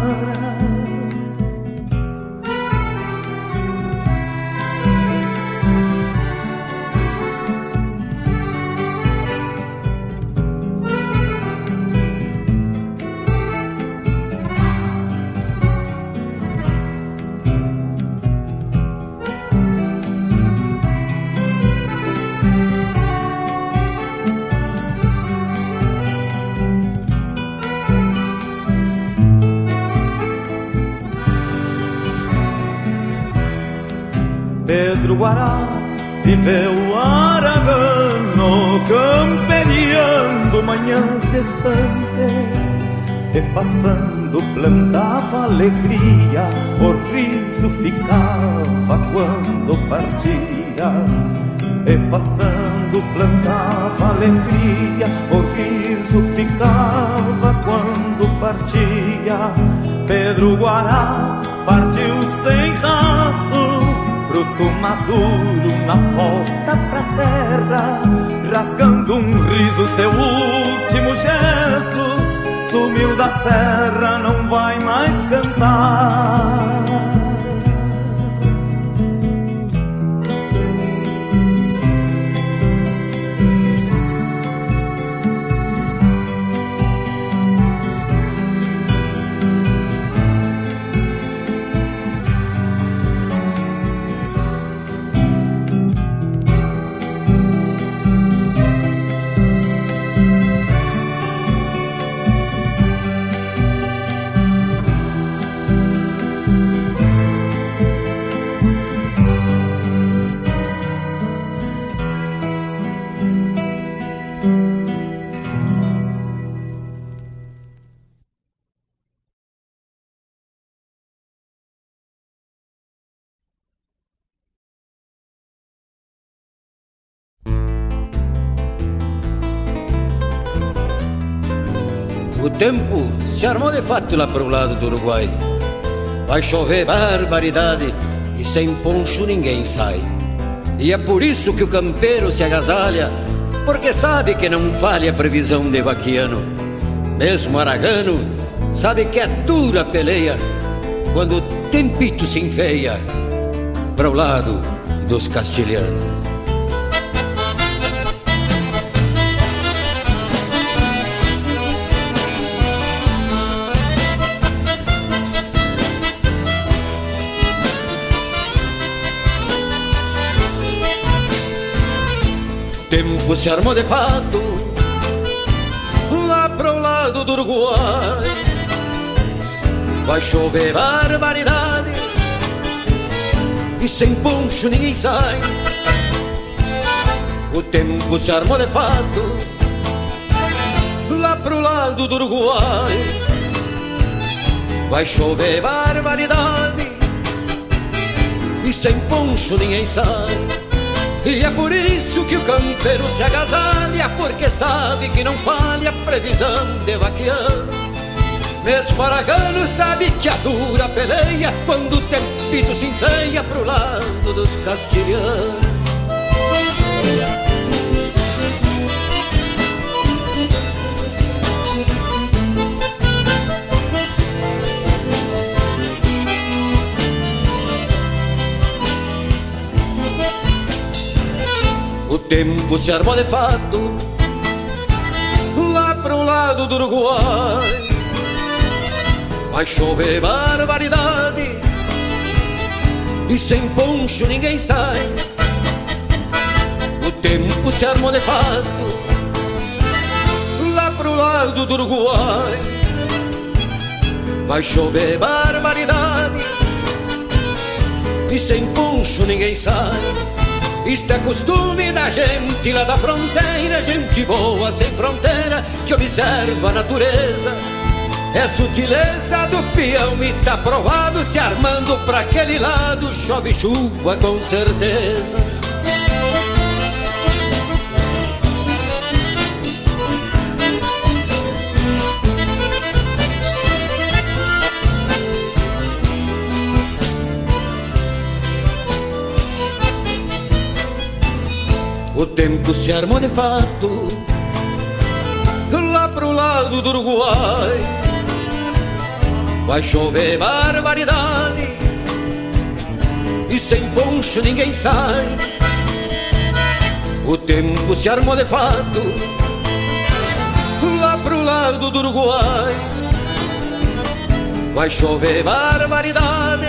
Pedro Guará viveu aragano, camperiando manhãs distantes, e passando plantava alegria, o riso ficava quando partia. E passando plantava alegria, o riso ficava quando partia. Pedro Guará partiu sem rastro, fruto maduro na volta pra terra, rasgando um riso seu último gesto, sumiu da serra, não vai mais cantar. O tempo se armou de fato lá pro lado do Uruguai. Vai chover barbaridade e sem poncho ninguém sai. E é por isso que o campeiro se agasalha, porque sabe que não falha a previsão de vaquiano. Mesmo aragano sabe que é dura a peleia quando o tempito se enfeia pro lado dos castilhanos. Tempo se armou de fato lá pro lado do Uruguai. Vai chover barbaridade e sem poncho ninguém sai. O tempo se armou de fato lá pro lado do Uruguai. Vai chover barbaridade e sem poncho ninguém sai. E é por isso que o campeiro se agasalha, porque sabe que não falha a previsão de vaquiano. Mesmo aragano sabe que a dura peleia quando o tempito se enfeia pro lado dos castilhanos. O tempo se armou de fato lá pro lado do Uruguai. Vai chover barbaridade e sem poncho ninguém sai. O tempo se armou de fato lá pro lado do Uruguai. Vai chover barbaridade e sem poncho ninguém sai. Isto é costume da gente lá da fronteira, gente boa sem fronteira que observa a natureza. É sutileza do peão e tá provado, se armando pra aquele lado chove chuva com certeza. O tempo se armou de fato lá pro lado do Uruguai. Vai chover barbaridade e sem poncho ninguém sai. O tempo se armou de fato lá pro lado do Uruguai. Vai chover barbaridade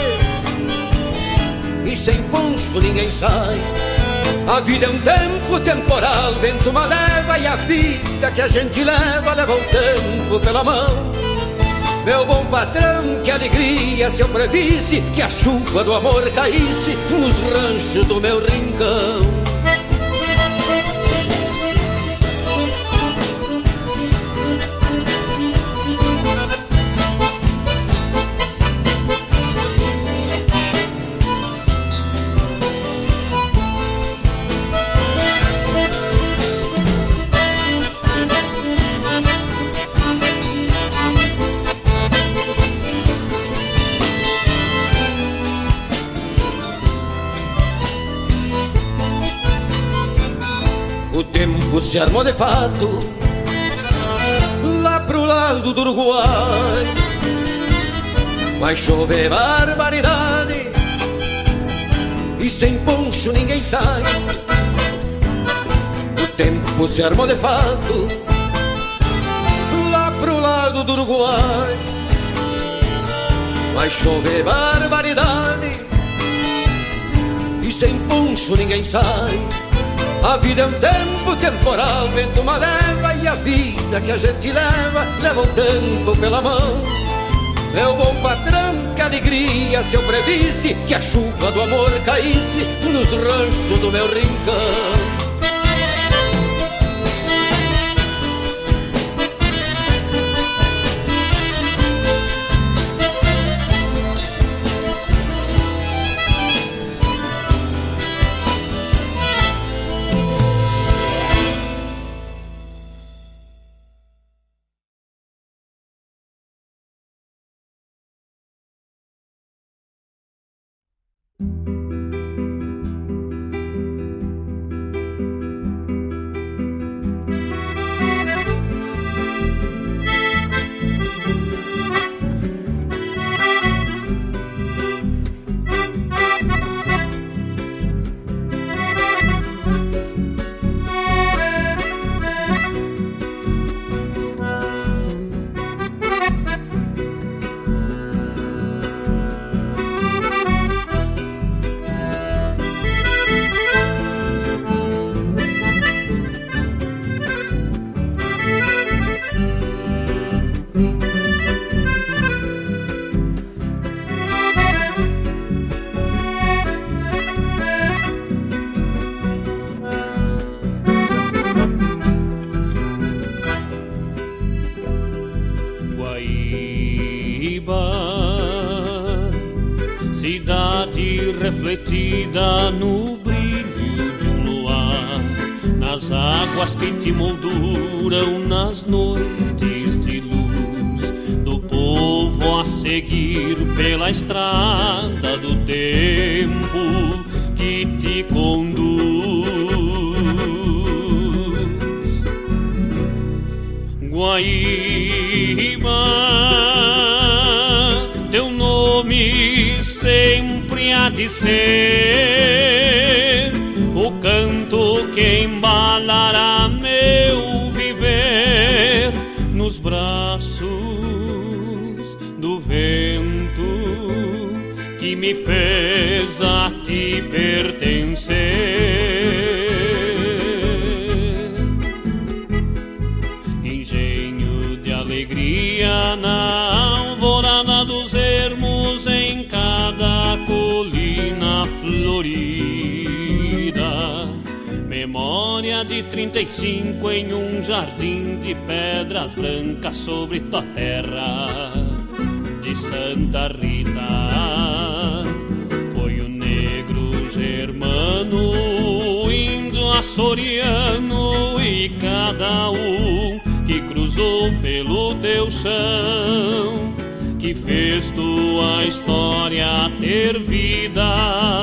e sem poncho ninguém sai. A vida é um tempo temporal, vento uma leva, e a vida que a gente leva, leva o tempo pela mão. Meu bom patrão, que alegria se eu previsse que a chuva do amor caísse nos ranchos do meu rincão. tempo se armou de fato lá pro lado do Uruguai. Vai chover barbaridade e sem poncho ninguém sai. O tempo se armou de fato lá pro lado do Uruguai. Vai chover barbaridade e sem poncho ninguém sai. A vida é um tempo temporal, vento uma leva, e a vida que a gente leva, leva o tempo pela mão. Meu bom patrão, que alegria se eu previsse que a chuva do amor caísse nos ranchos do meu rincão. Refletida no brilho de um luar, nas águas que te molduram nas noites de luz, do povo a seguir pela estrada do tempo que te conduz. Guaíba, teu nome sempre há de ser o canto que embalará meu viver nos braços do vento que me fez a ti pertencer. Engenho de alegria na alvorada dos ermos, em cada colina florida, memória de trinta e cinco em um jardim de pedras brancas sobre tua terra de Santa Rita. Foi o negro germano, índio açoriano e cada um que cruzou pelo teu chão, que fez tua história ter vida.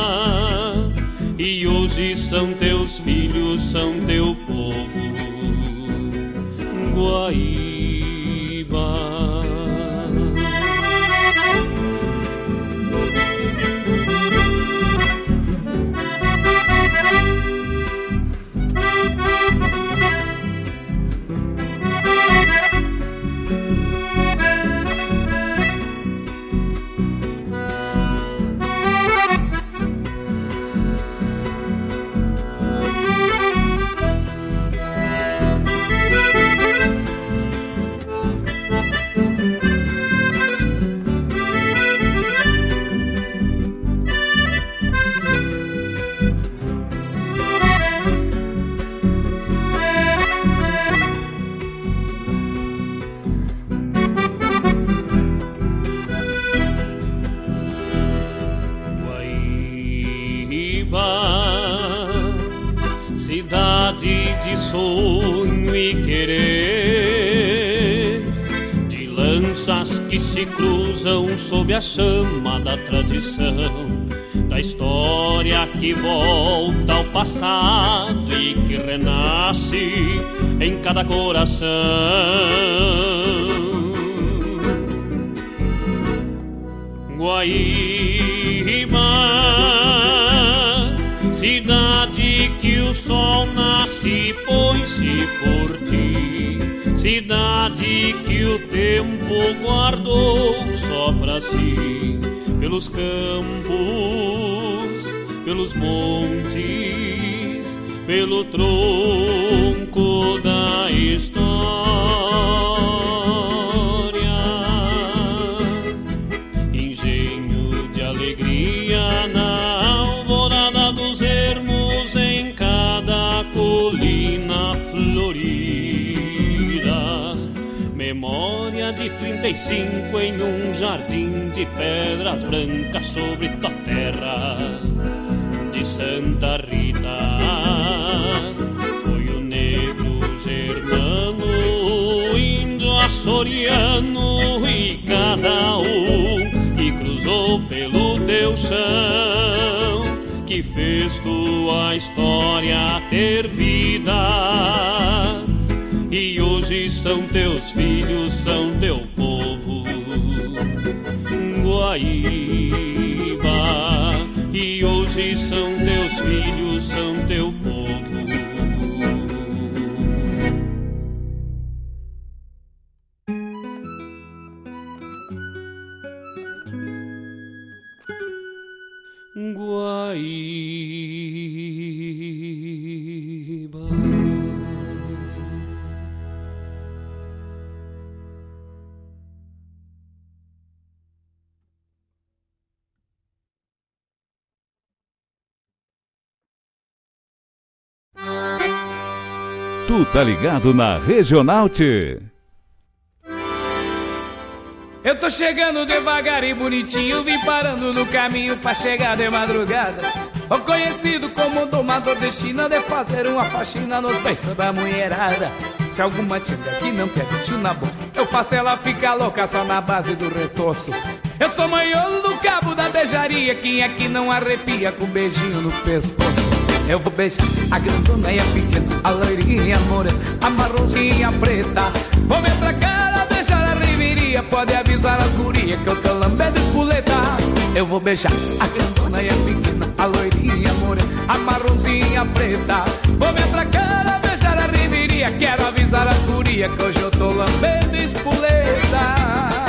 E hoje são teus filhos, são teu povo, Guaíba. Sonho e querer, de lanças que se cruzam sob a chama da tradição, da da história que volta ao passado e que renasce em cada coração. Guaíba, cidade que o sol nasce e põe-se por ti, cidade que o tempo guardou só pra si, pelos campos, pelos montes, pelo tronco da história. Engenho de alegria na alvorada dos ermos, em cada colina florida. Memória de trinta e cinco em um jardim de pedras brancas sobre tua terra de Santa Rita. Foi o negro germano, índio açoriano e cada um que cruzou pelo teu chão, que fez tua história ter vida. E hoje são teus filhos, são teu povo, Guaíba. E hoje são teus filhos, são teu povo. Guaíba. Tu tá ligado na Regional T. Eu tô chegando devagar e bonitinho, vim parando no caminho pra chegar de madrugada. O conhecido como domador de China, de fazer uma faxina nos beiços da mulherada. Se alguma tinga que não quer tio na boca, eu faço ela ficar louca só na base do retoço. Eu sou manhoso do cabo da beijaria, quem é que não arrepia com um beijinho no pescoço? Eu vou beijar a grandona e a pequena, a loirinha, a morena, a marronzinha preta. Vou me atracar a beijar a riveria, pode avisar as gurias que eu tô lambendo espoleta. Eu vou beijar a grandona e a pequena, a loirinha, a morena, a marronzinha preta. Vou me atracar a beijar a riveria, quero avisar as gurias que hoje eu tô lambendo espoleta.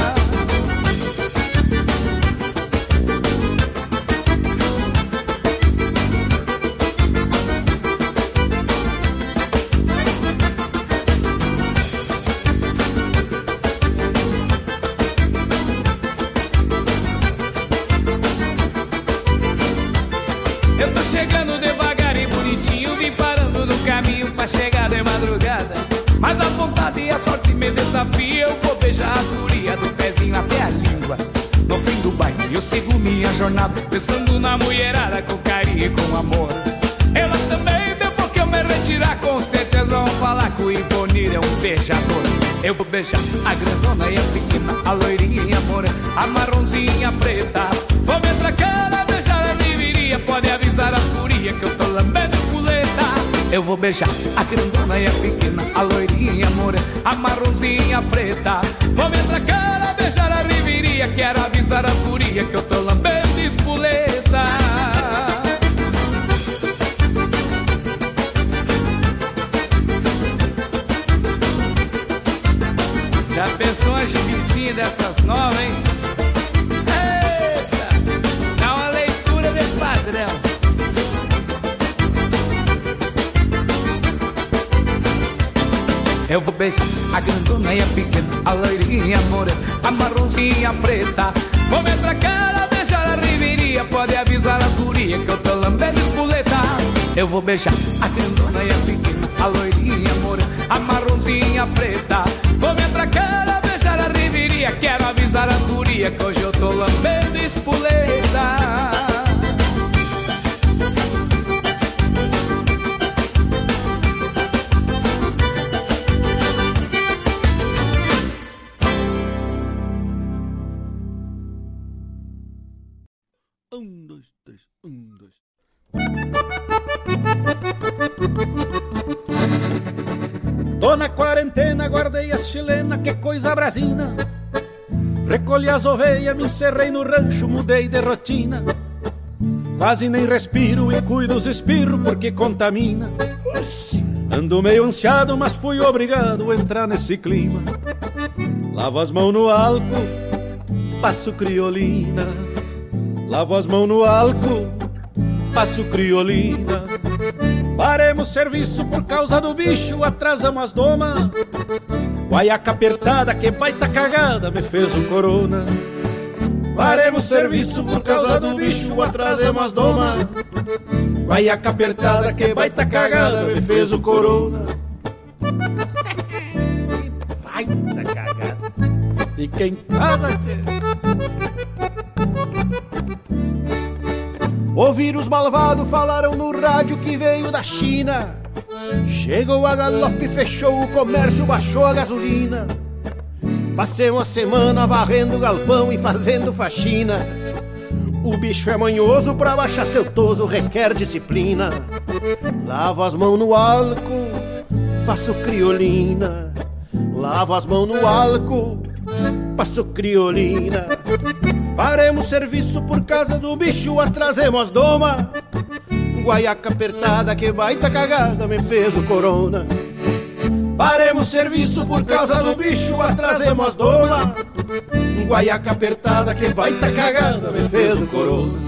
Chegando devagar e bonitinho, vim parando no caminho pra chegar de madrugada. Mas a vontade e a sorte me desafia, eu vou beijar as gurias do pezinho até a língua. No fim do baile eu sigo minha jornada, pensando na mulherada com carinho e com amor. Elas também, depois que eu me retirar, com certeza vão falar que o Ivonir é um beijador. Eu vou beijar a grandona e a pequena, a loirinha, a morena, a marronzinha preta. Vou me atracar a beijar a riveria, pode avisar as gurias que eu tô lambendo espoleta. Eu vou beijar a grandona e a pequena, a loirinha, a morena, a marronzinha preta. Vou me atracar a beijar a riveria, quero avisar as gurias que eu tô lambendo espoleta. Já pensou a gibizinha dessas novas, hein? Eita! Dá uma leitura de padrão. Eu vou beijar a grandona e a pequena, a loirinha, a morena, a marronzinha preta. Vou me atracar a beijar a riveria, pode avisar as gurias que eu tô lambendo espoleta. Eu vou beijar a grandona e a pequena, a loirinha, a morena, a marronzinha preta. Vou me atracar a beijar a riveria, quero avisar as gurias que hoje eu tô lambendo espoleta. Um, dois, três, um. Tô na quarentena, guardei as chilenas, que coisa brasina. Recolhi as ovelhas, me encerrei no rancho, mudei de rotina. Quase nem respiro e cuido os espirros porque contamina. Ando meio ansiado, mas fui obrigado a entrar nesse clima. Lavo as mãos no álcool, passo criolina. Lavo as mãos no álcool, passo criolina. Paremos serviço por causa do bicho, atrasamos as domas. Guaiaca apertada, que baita cagada, me fez um corona. Paremos serviço por causa do bicho, atrasamos as domas. Guaiaca apertada, que baita cagada, me fez o corona. Que baita cagada. Fiquei em casa, tchê. Ouviram os malvados, falaram no rádio que veio da China. Chegou a galope, fechou o comércio, baixou a gasolina. Passei uma semana varrendo o galpão e fazendo faxina. O bicho é manhoso, pra baixar seu toso requer disciplina. Lavo as mãos no álcool, passo criolina. Lavo as mãos no álcool, passo criolina. Paremos serviço por causa do bicho, atrasemos as domas. Guaiaca apertada, que baita cagada, me fez o corona. Paremos serviço por causa do bicho, atrasemos as domas. Guaiaca apertada, que baita cagada, me fez o corona.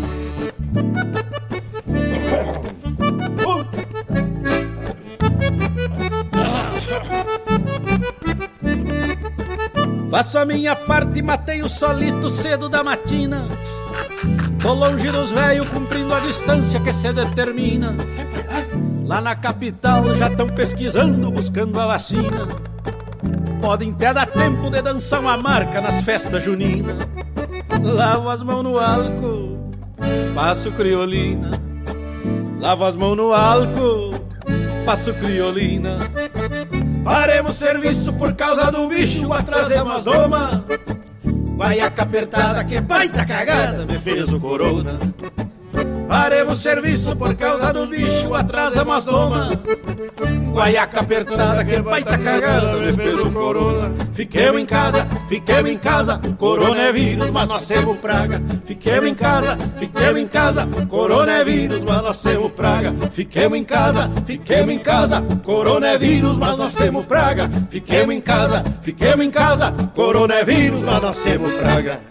Faço a minha parte, matei o solito cedo da matina. Tô longe dos velhos, cumprindo a distância que se determina. Lá na capital já estão pesquisando, buscando a vacina. Podem até dar tempo de dançar uma marca nas festas juninas. Lavo as mãos no álcool, passo criolina. Lavo as mãos no álcool, passo criolina. Paremos serviço por causa do bicho, atrasemos as domas. Guaiaca apertada, que baita cagada, me fez o corona. Paremos serviço por causa do bicho, atrasamos as domas. Guaiaca apertada, que baita cagada, me fez o corona. Fiquemos em casa, fiquemos em casa, corona é vírus, mas nós temos praga. Fiquemos em casa, fiquemos em casa, corona é vírus, mas nós temos praga. Fiquemos em casa, fiquemos em casa, corona é vírus, mas nós temos praga. Fiquemos em casa, fiquemos em casa, corona é vírus, mas nós temos praga.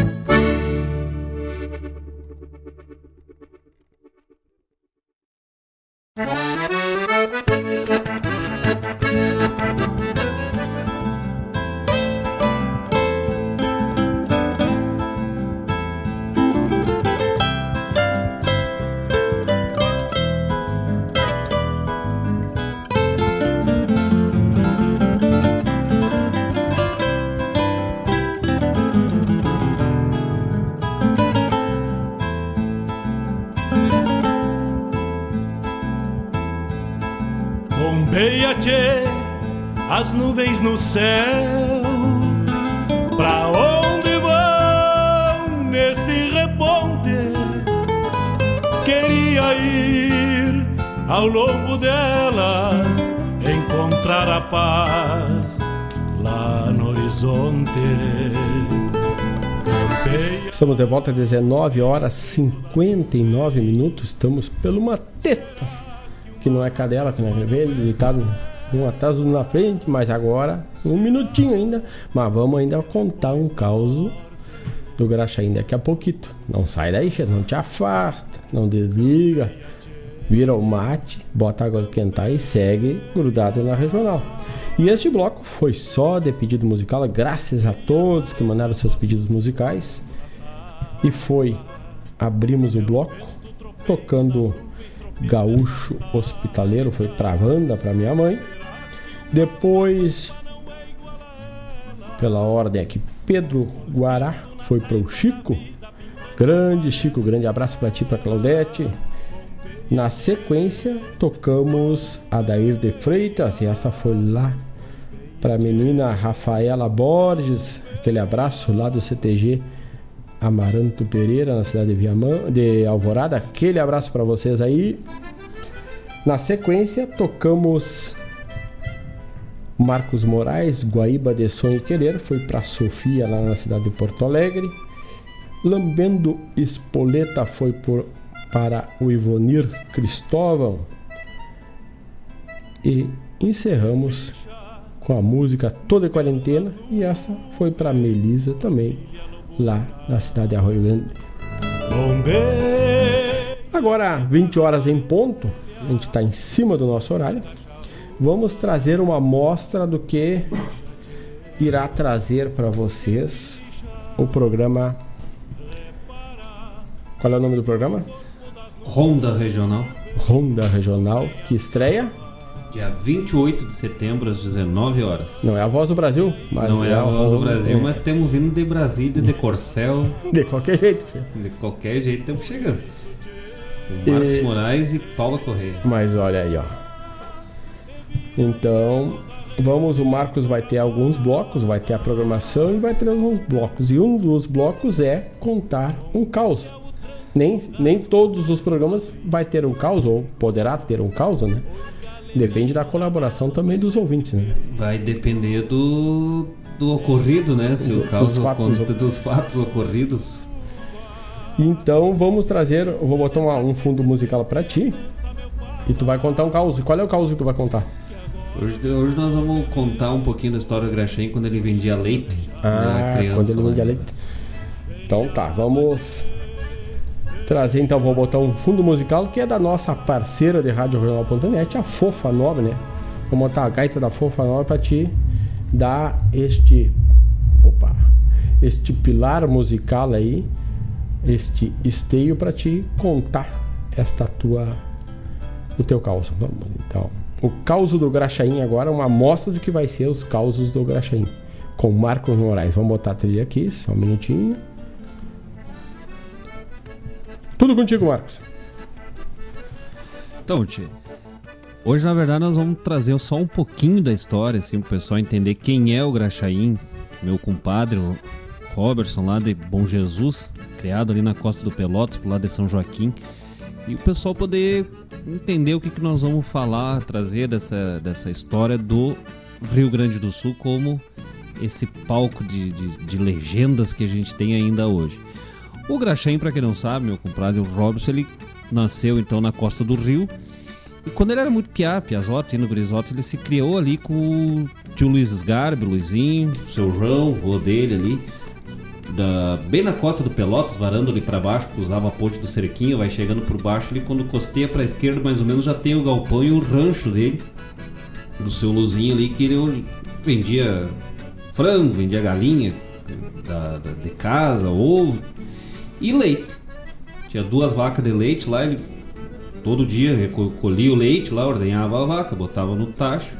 As nuvens no céu, pra onde vão neste reponte? Queria ir ao longo delas, encontrar a paz lá no horizonte. Campeia... Estamos de volta às dezenove horas e cinquenta e nove minutos. Estamos pela uma teta, que não é cadela, que não é vermelho, ele tá um atrás na frente, mas agora um minutinho ainda, mas vamos ainda contar um caos do Graxaí daqui a pouquinho. Não sai daí, não te afasta, não desliga, vira o mate, bota água quentar e segue grudado na regional. E este bloco foi só de pedido musical, graças a todos que mandaram seus pedidos musicais. E foi, abrimos o bloco tocando Gaúcho Hospitaleiro, foi pra Wanda, pra minha mãe. Depois, pela ordem aqui, Pedro Guará foi pro Chico. Grande Chico, grande abraço pra ti, pra Claudete. Na sequência, tocamos Adair de Freitas, e essa foi lá pra menina Rafaela Borges. Aquele abraço lá do C T G Amaranto Pereira, na cidade de, Viamão, de Alvorada. Aquele abraço pra vocês aí. Na sequência, tocamos Marcos Moraes, Guaíba de Sonho e Querer, foi para Sofia, lá na cidade de Porto Alegre. Lambendo Espoleta foi por, para o Ivonir Cristóvão. E encerramos com a música Toda Quarentena, e essa foi para Melisa também, lá na cidade de Arroio Grande. Agora, vinte horas em ponto, a gente está em cima do nosso horário. Vamos trazer uma amostra do que irá trazer para vocês o programa. Qual é o nome do programa? Ronda Regional. Ronda Regional, que estreia dia vinte e oito de setembro, às dezenove horas. Não é a Voz do Brasil, mas não é, é a Voz do Brasil, é. Mas estamos vindo de Brasília, de Corcel. De qualquer jeito. De qualquer jeito estamos chegando. Com Marcos e... Moraes e Paula Correia. Mas olha aí, ó. Então, vamos, o Marcos vai ter alguns blocos, vai ter a programação e vai ter alguns blocos. E um dos blocos é contar um caos. Nem, nem todos os programas vai ter um caos, ou poderá ter um caos, né? Depende da colaboração também dos ouvintes, né? Vai depender do, do ocorrido, né? Se do, o caos dos fatos, conta dos fatos ocorridos. Então vamos trazer, eu vou botar uma, um fundo musical pra ti e tu vai contar um caos. Qual é o caos que tu vai contar? Hoje, hoje nós vamos contar um pouquinho da história do Graxaim quando ele vendia leite. Ah, quando, criança, quando ele vendia leite. Então tá, vamos trazer, então vou botar um fundo musical que é da nossa parceira de rádio regional ponto net, a Fofa Nova, né? Vou botar a gaita da Fofa Nova pra te dar este opa, este pilar musical aí, este esteio pra te contar esta tua o teu caos. Vamos então, o caos do Graxaim agora, uma amostra do que vai ser os causos do Graxaim com Marcos Moraes. Vamos botar a trilha aqui, só um minutinho. Tudo contigo, Marcos. Então, tio, hoje na verdade nós vamos trazer só um pouquinho da história, assim, pro pessoal entender quem é o Graxaim, meu compadre, o Robertson, lá de Bom Jesus, criado ali na costa do Pelotas, pro lado de São Joaquim, e o pessoal poder entender o que, que nós vamos falar, trazer dessa, dessa história do Rio Grande do Sul como esse palco de, de, de legendas que a gente tem ainda hoje. O Graxaim, para quem não sabe, meu compadre, o Robson, ele nasceu então na costa do Rio. E quando ele era muito piá, piazote, no gurizote, ele se criou ali com o tio Luiz Sgarbi, Luizinho, o seu João, o vô dele ali, da, bem na costa do Pelotas, varando ali para baixo, cruzava a ponte do Cerquinho, vai chegando por baixo ali, quando costeia para a esquerda, mais ou menos, já tem o galpão e o rancho dele, do seu Luzinho ali, que ele vendia frango, vendia galinha da, da, de casa, ovo e leite. Tinha duas vacas de leite lá, ele todo dia recolhia o leite lá, ordenhava a vaca, botava no tacho.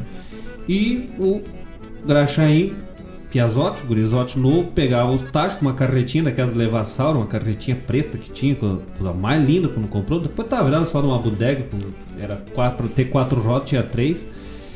E o Graxaim, piazote, gurizote novo, pegava os tachos com uma carretinha daquelas de levar sal, uma carretinha preta que tinha, coisa mais linda quando comprou. Depois tava virando só numa bodega, era quatro, ter quatro rodas, tinha três.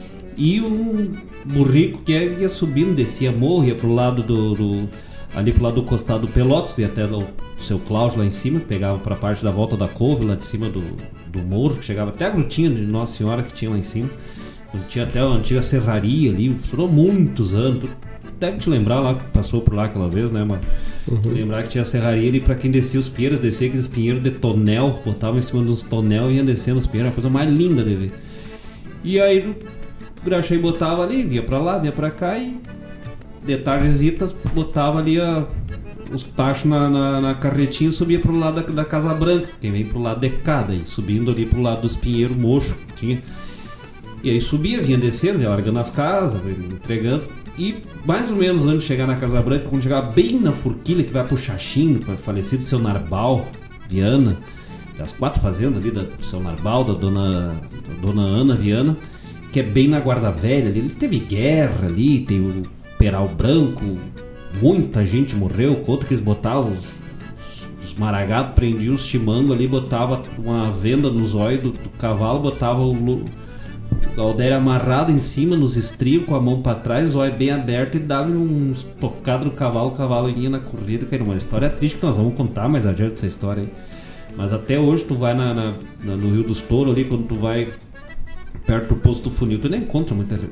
E um burrico que ia subindo, descia morro, ia pro lado do... do ali pro lado do costado do Pelotas, e até o seu Cláudio lá em cima, pegava pra parte da volta da couve, lá de cima do, do morro, que chegava até a grutinha de Nossa Senhora que tinha lá em cima. Tinha até uma antiga serraria ali, funcionou muitos anos. Tu deve te lembrar lá que passou por lá aquela vez, né, mano? Uhum. Lembrar que tinha a serraria ali pra quem descia os pinheiros, descia aqueles pinheiros de tonel, botava em cima dos tonel e ia descendo os pinheiros, a coisa mais linda de ver. E aí o Graxaim botava ali, vinha pra lá, vinha pra cá e de tardesitas botava ali a, os tachos na, na, na carretinha e subia pro lado da, da Casa Branca, quem vem pro lado de cá, daí subindo ali pro lado dos pinheiros mocho que tinha. E aí subia, vinha descendo, ia largando as casas, entregando. E mais ou menos antes de chegar na Casa Branca, quando chegava bem na forquilha que vai pro Xaxim, para falecido seu Narbal, Viana, das quatro fazendas ali, da, do seu Narbal, da dona, da dona Ana Viana, que é bem na Guarda Velha ali. Ele teve guerra ali, tem o Peral Branco, muita gente morreu, conta que eles botavam os, os maragados, prendiam os chimangos ali, botava uma venda nos olhos do, do cavalo, botava o, o Galdério amarrado em cima, nos estrios, com a mão pra trás, o olho bem aberto, e dava um estocado no cavalo, o cavalo ia na corrida, que era uma história triste que nós vamos contar mais adiante essa história aí. Mas até hoje tu vai na, na, na, no Rio dos Touros ali, quando tu vai perto do posto do Funil, tu nem encontra muita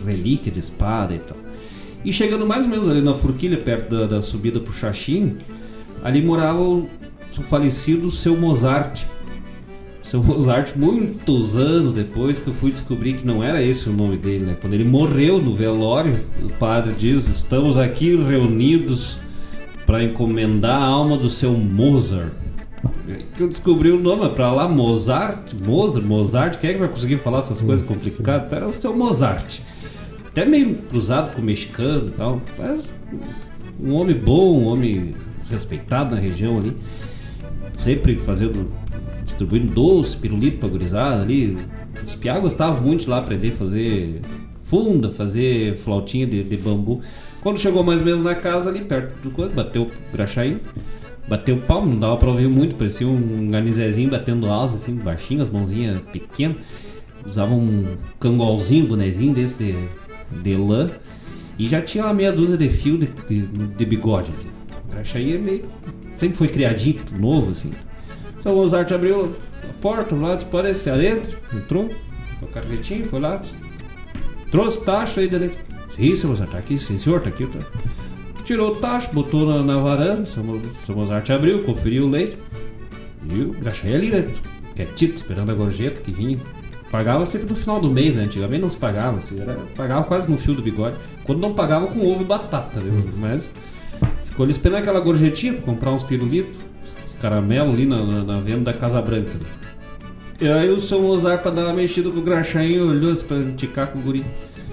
relíquia de espada e tal. E chegando mais ou menos ali na Forquilha, perto da, da subida pro Xaxim, ali morava o, o falecido Seu Mozart. Seu Mozart, muitos anos depois que eu fui descobrir que não era esse o nome dele, né? Quando ele morreu no velório, o padre diz: estamos aqui reunidos para encomendar a alma do seu Mozart. Que eu descobri o nome, pra lá, Mozart, Mozart, Mozart, quem é que vai conseguir falar essas coisas complicadas? Era o Seu Mozart. Até meio cruzado com o mexicano e tal, mas um homem bom, um homem respeitado na região ali, sempre fazendo, distribuindo doce, pirulito pra gurizada ali. Os piá gostavam muito de lá aprender a fazer funda, fazer flautinha de, de bambu. Quando chegou mais ou menos na casa ali, perto do coisa, bateu o graxaí, bateu o pau, não dava pra ouvir muito, parecia um ganizezinho batendo asa, assim, baixinho, as mãozinhas pequenas. Usava um cangolzinho, bonezinho desse de, de lã, e já tinha uma meia dúzia de fio de, de, de bigode. O graxaí é meio, sempre foi criadinho, novo, assim. Seu Mozart abriu a porta lá, disse: pode ser adentro, entrou, com a carretinha, foi lá, trouxe tacho aí dentro. Sim, seu Mozart, tá aqui, sim senhor, tá aqui. Tá. Tirou o tacho, botou na, na varanda, seu, seu Mozart abriu, conferiu o leite, e o graxaí ali, né, quietinho, esperando a gorjeta que vinha. Pagava sempre no final do mês, né? Antigamente não se pagava, assim, era, pagava quase no fio do bigode. Quando não pagava, com ovo e batata, viu? Mas ficou ali esperando aquela gorjetinha pra comprar uns pirulitos, uns caramelos ali na, na, na venda da Casa Branca. Ali. E aí o seu Mozart, pra dar uma mexida com o graxaí, olhou assim pra ticar com o guri.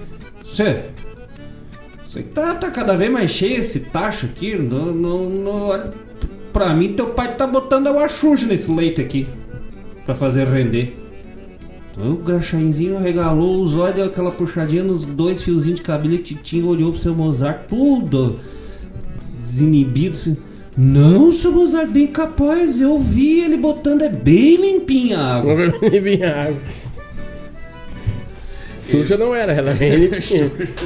Cê, isso aí tá, tá cada vez mais cheio esse tacho aqui. Não, não, não, pra mim, teu pai tá botando a xuxa nesse leite aqui pra fazer render. Então o graxainzinho regalou os olhos, deu aquela puxadinha nos dois fiozinhos de cabelo que tinha, olhou pro seu Mozart, tudo desinibido, assim. Não, seu Mozart, bem capaz, eu vi ele botando, é bem limpinha a água. Bem limpinha a água. Suja não era, ela é bem limpinha.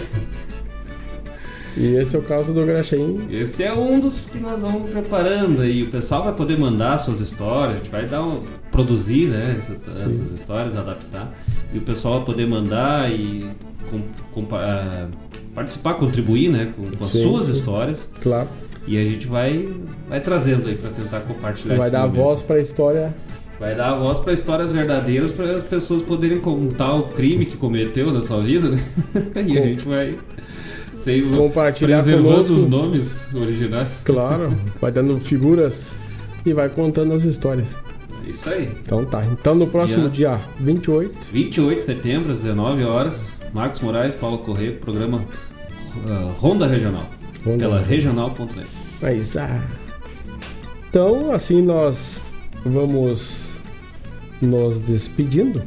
E esse é o caso do graxaí. Esse é um dos que nós vamos preparando aí. O pessoal vai poder mandar suas histórias, a gente vai dar um, produzir, né, essa, essas histórias, adaptar. E o pessoal vai poder mandar e com, com, uh, participar, contribuir, né, com, com as sim, suas sim. histórias. Claro. E a gente vai, vai trazendo aí para tentar compartilhar. Vai dar momento. voz para a história. Vai dar a voz para histórias verdadeiras, para as pessoas poderem contar o crime que cometeu na sua vida, né? E com... a gente vai sem compartilhar preservando os nomes originais. Claro, vai dando figuras e vai contando as histórias. Isso aí. Então tá. Então no próximo dia, dia vinte e oito. vinte e oito de setembro, às dezenove horas, Marcos Moraes, Paulo Corrêa, programa uh, Ronda Regional. Ronda pela regional ponto net. Mas ah. Então, assim nós vamos nos despedindo.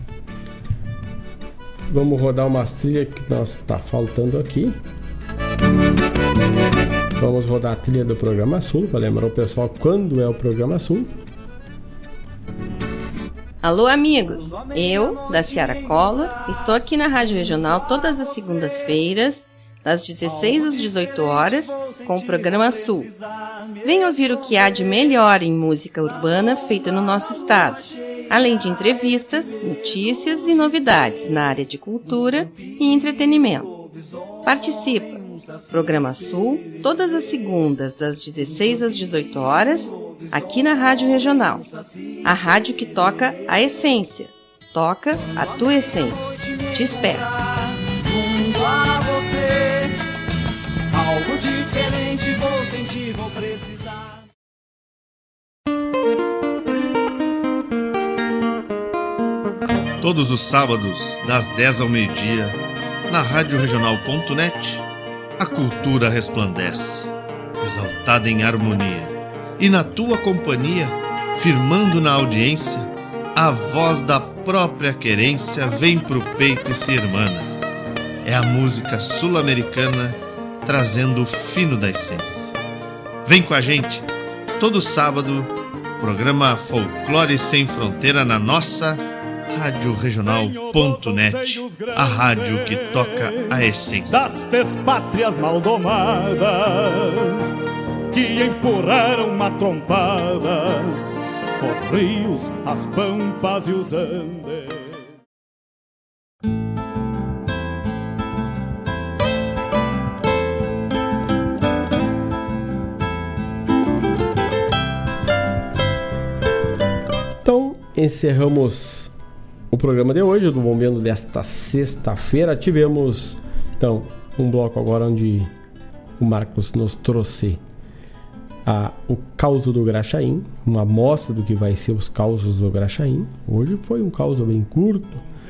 Vamos rodar umas trilhas que nós tá faltando aqui. Vamos rodar a trilha do Programa Sul, para lembrar o pessoal quando é o Programa Sul. Alô, amigos! Eu, da Ciara Cola, estou aqui na Rádio Regional todas as segundas-feiras, das dezesseis às dezoito horas, com o Programa Sul. Venha ouvir o que há de melhor em música urbana feita no nosso estado, além de entrevistas, notícias e novidades na área de cultura e entretenimento. Participa! Programa Sul, todas as segundas, das dezesseis às dezoito horas, aqui na Rádio Regional. A rádio que toca a essência. Toca a tua essência. Te espero. Junto a você, algo diferente vou sentir, vou precisar. Todos os sábados, das dez ao meio-dia, na rádio regional ponto net, a cultura resplandece, exaltada em harmonia. E na tua companhia, firmando na audiência, a voz da própria querência vem pro peito e se irmana. É a música sul-americana trazendo o fino da essência. Vem com a gente, todo sábado, programa Folclore Sem Fronteira na nossa rádio regional ponto net, a rádio que toca a essência das despátrias maldomadas que empurraram matrompadas os rios, as pampas e os andes. encerramos o programa de hoje, do Bombeando desta sexta-feira. Tivemos, então, um bloco agora onde o Marcos nos trouxe a, o causo do Graxaim, uma amostra do que vai ser os causos do Graxaim. Hoje foi um causo bem curto.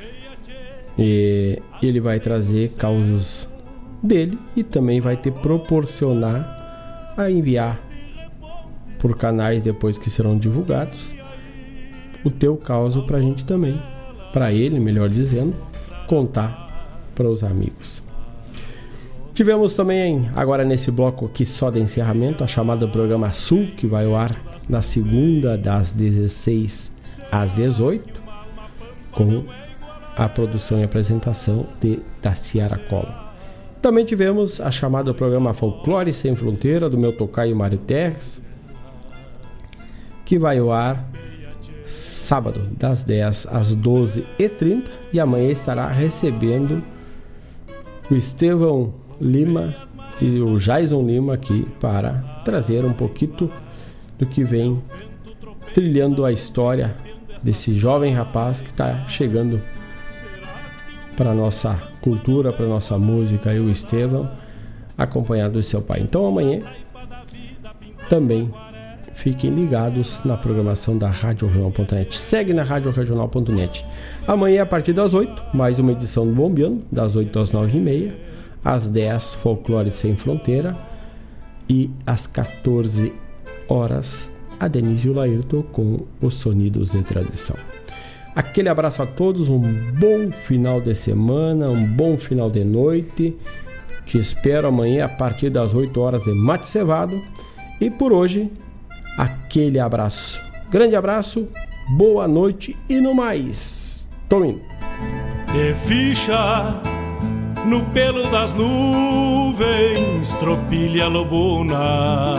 E ele vai trazer causos dele e também vai te proporcionar a enviar por canais depois que serão divulgados o teu causo pra gente também, pra ele, melhor dizendo, contar para os amigos. Tivemos também agora nesse bloco aqui só de encerramento a chamada Programa Sul, que vai ao ar na segunda das dezesseis às dezoito, com a produção e apresentação de Daciara Collor. Também tivemos a chamada Programa Folclore Sem Fronteira, do meu tocaio Mário Terres, que vai ao ar sábado das dez às doze e trinta, e amanhã estará recebendo o Estevão Lima e o Jason Lima aqui para trazer um pouquinho do que vem trilhando a história desse jovem rapaz que está chegando para a nossa cultura, para a nossa música, e o Estevão, acompanhado do seu pai. Então amanhã também fiquem ligados na programação da Rádio Regional ponto net. Segue na Rádio Regional ponto net. Amanhã, a partir das oito, mais uma edição do Bombeando, das oito às nove e meia. Às dez, Folclore Sem Fronteira. E às quatorze horas, a Denise e o Laírton com os Sonidos de Tradição. Aquele abraço a todos, um bom final de semana, um bom final de noite. Te espero amanhã a partir das oito horas de mate cevado. E por hoje, aquele abraço. Grande abraço, boa noite e no mais. Tô indo. De ficha no pelo das nuvens, tropilha lobuna,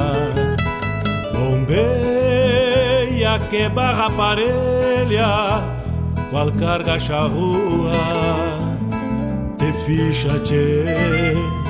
bombeia que barra parelha, qual carga charrua, te ficha tchê.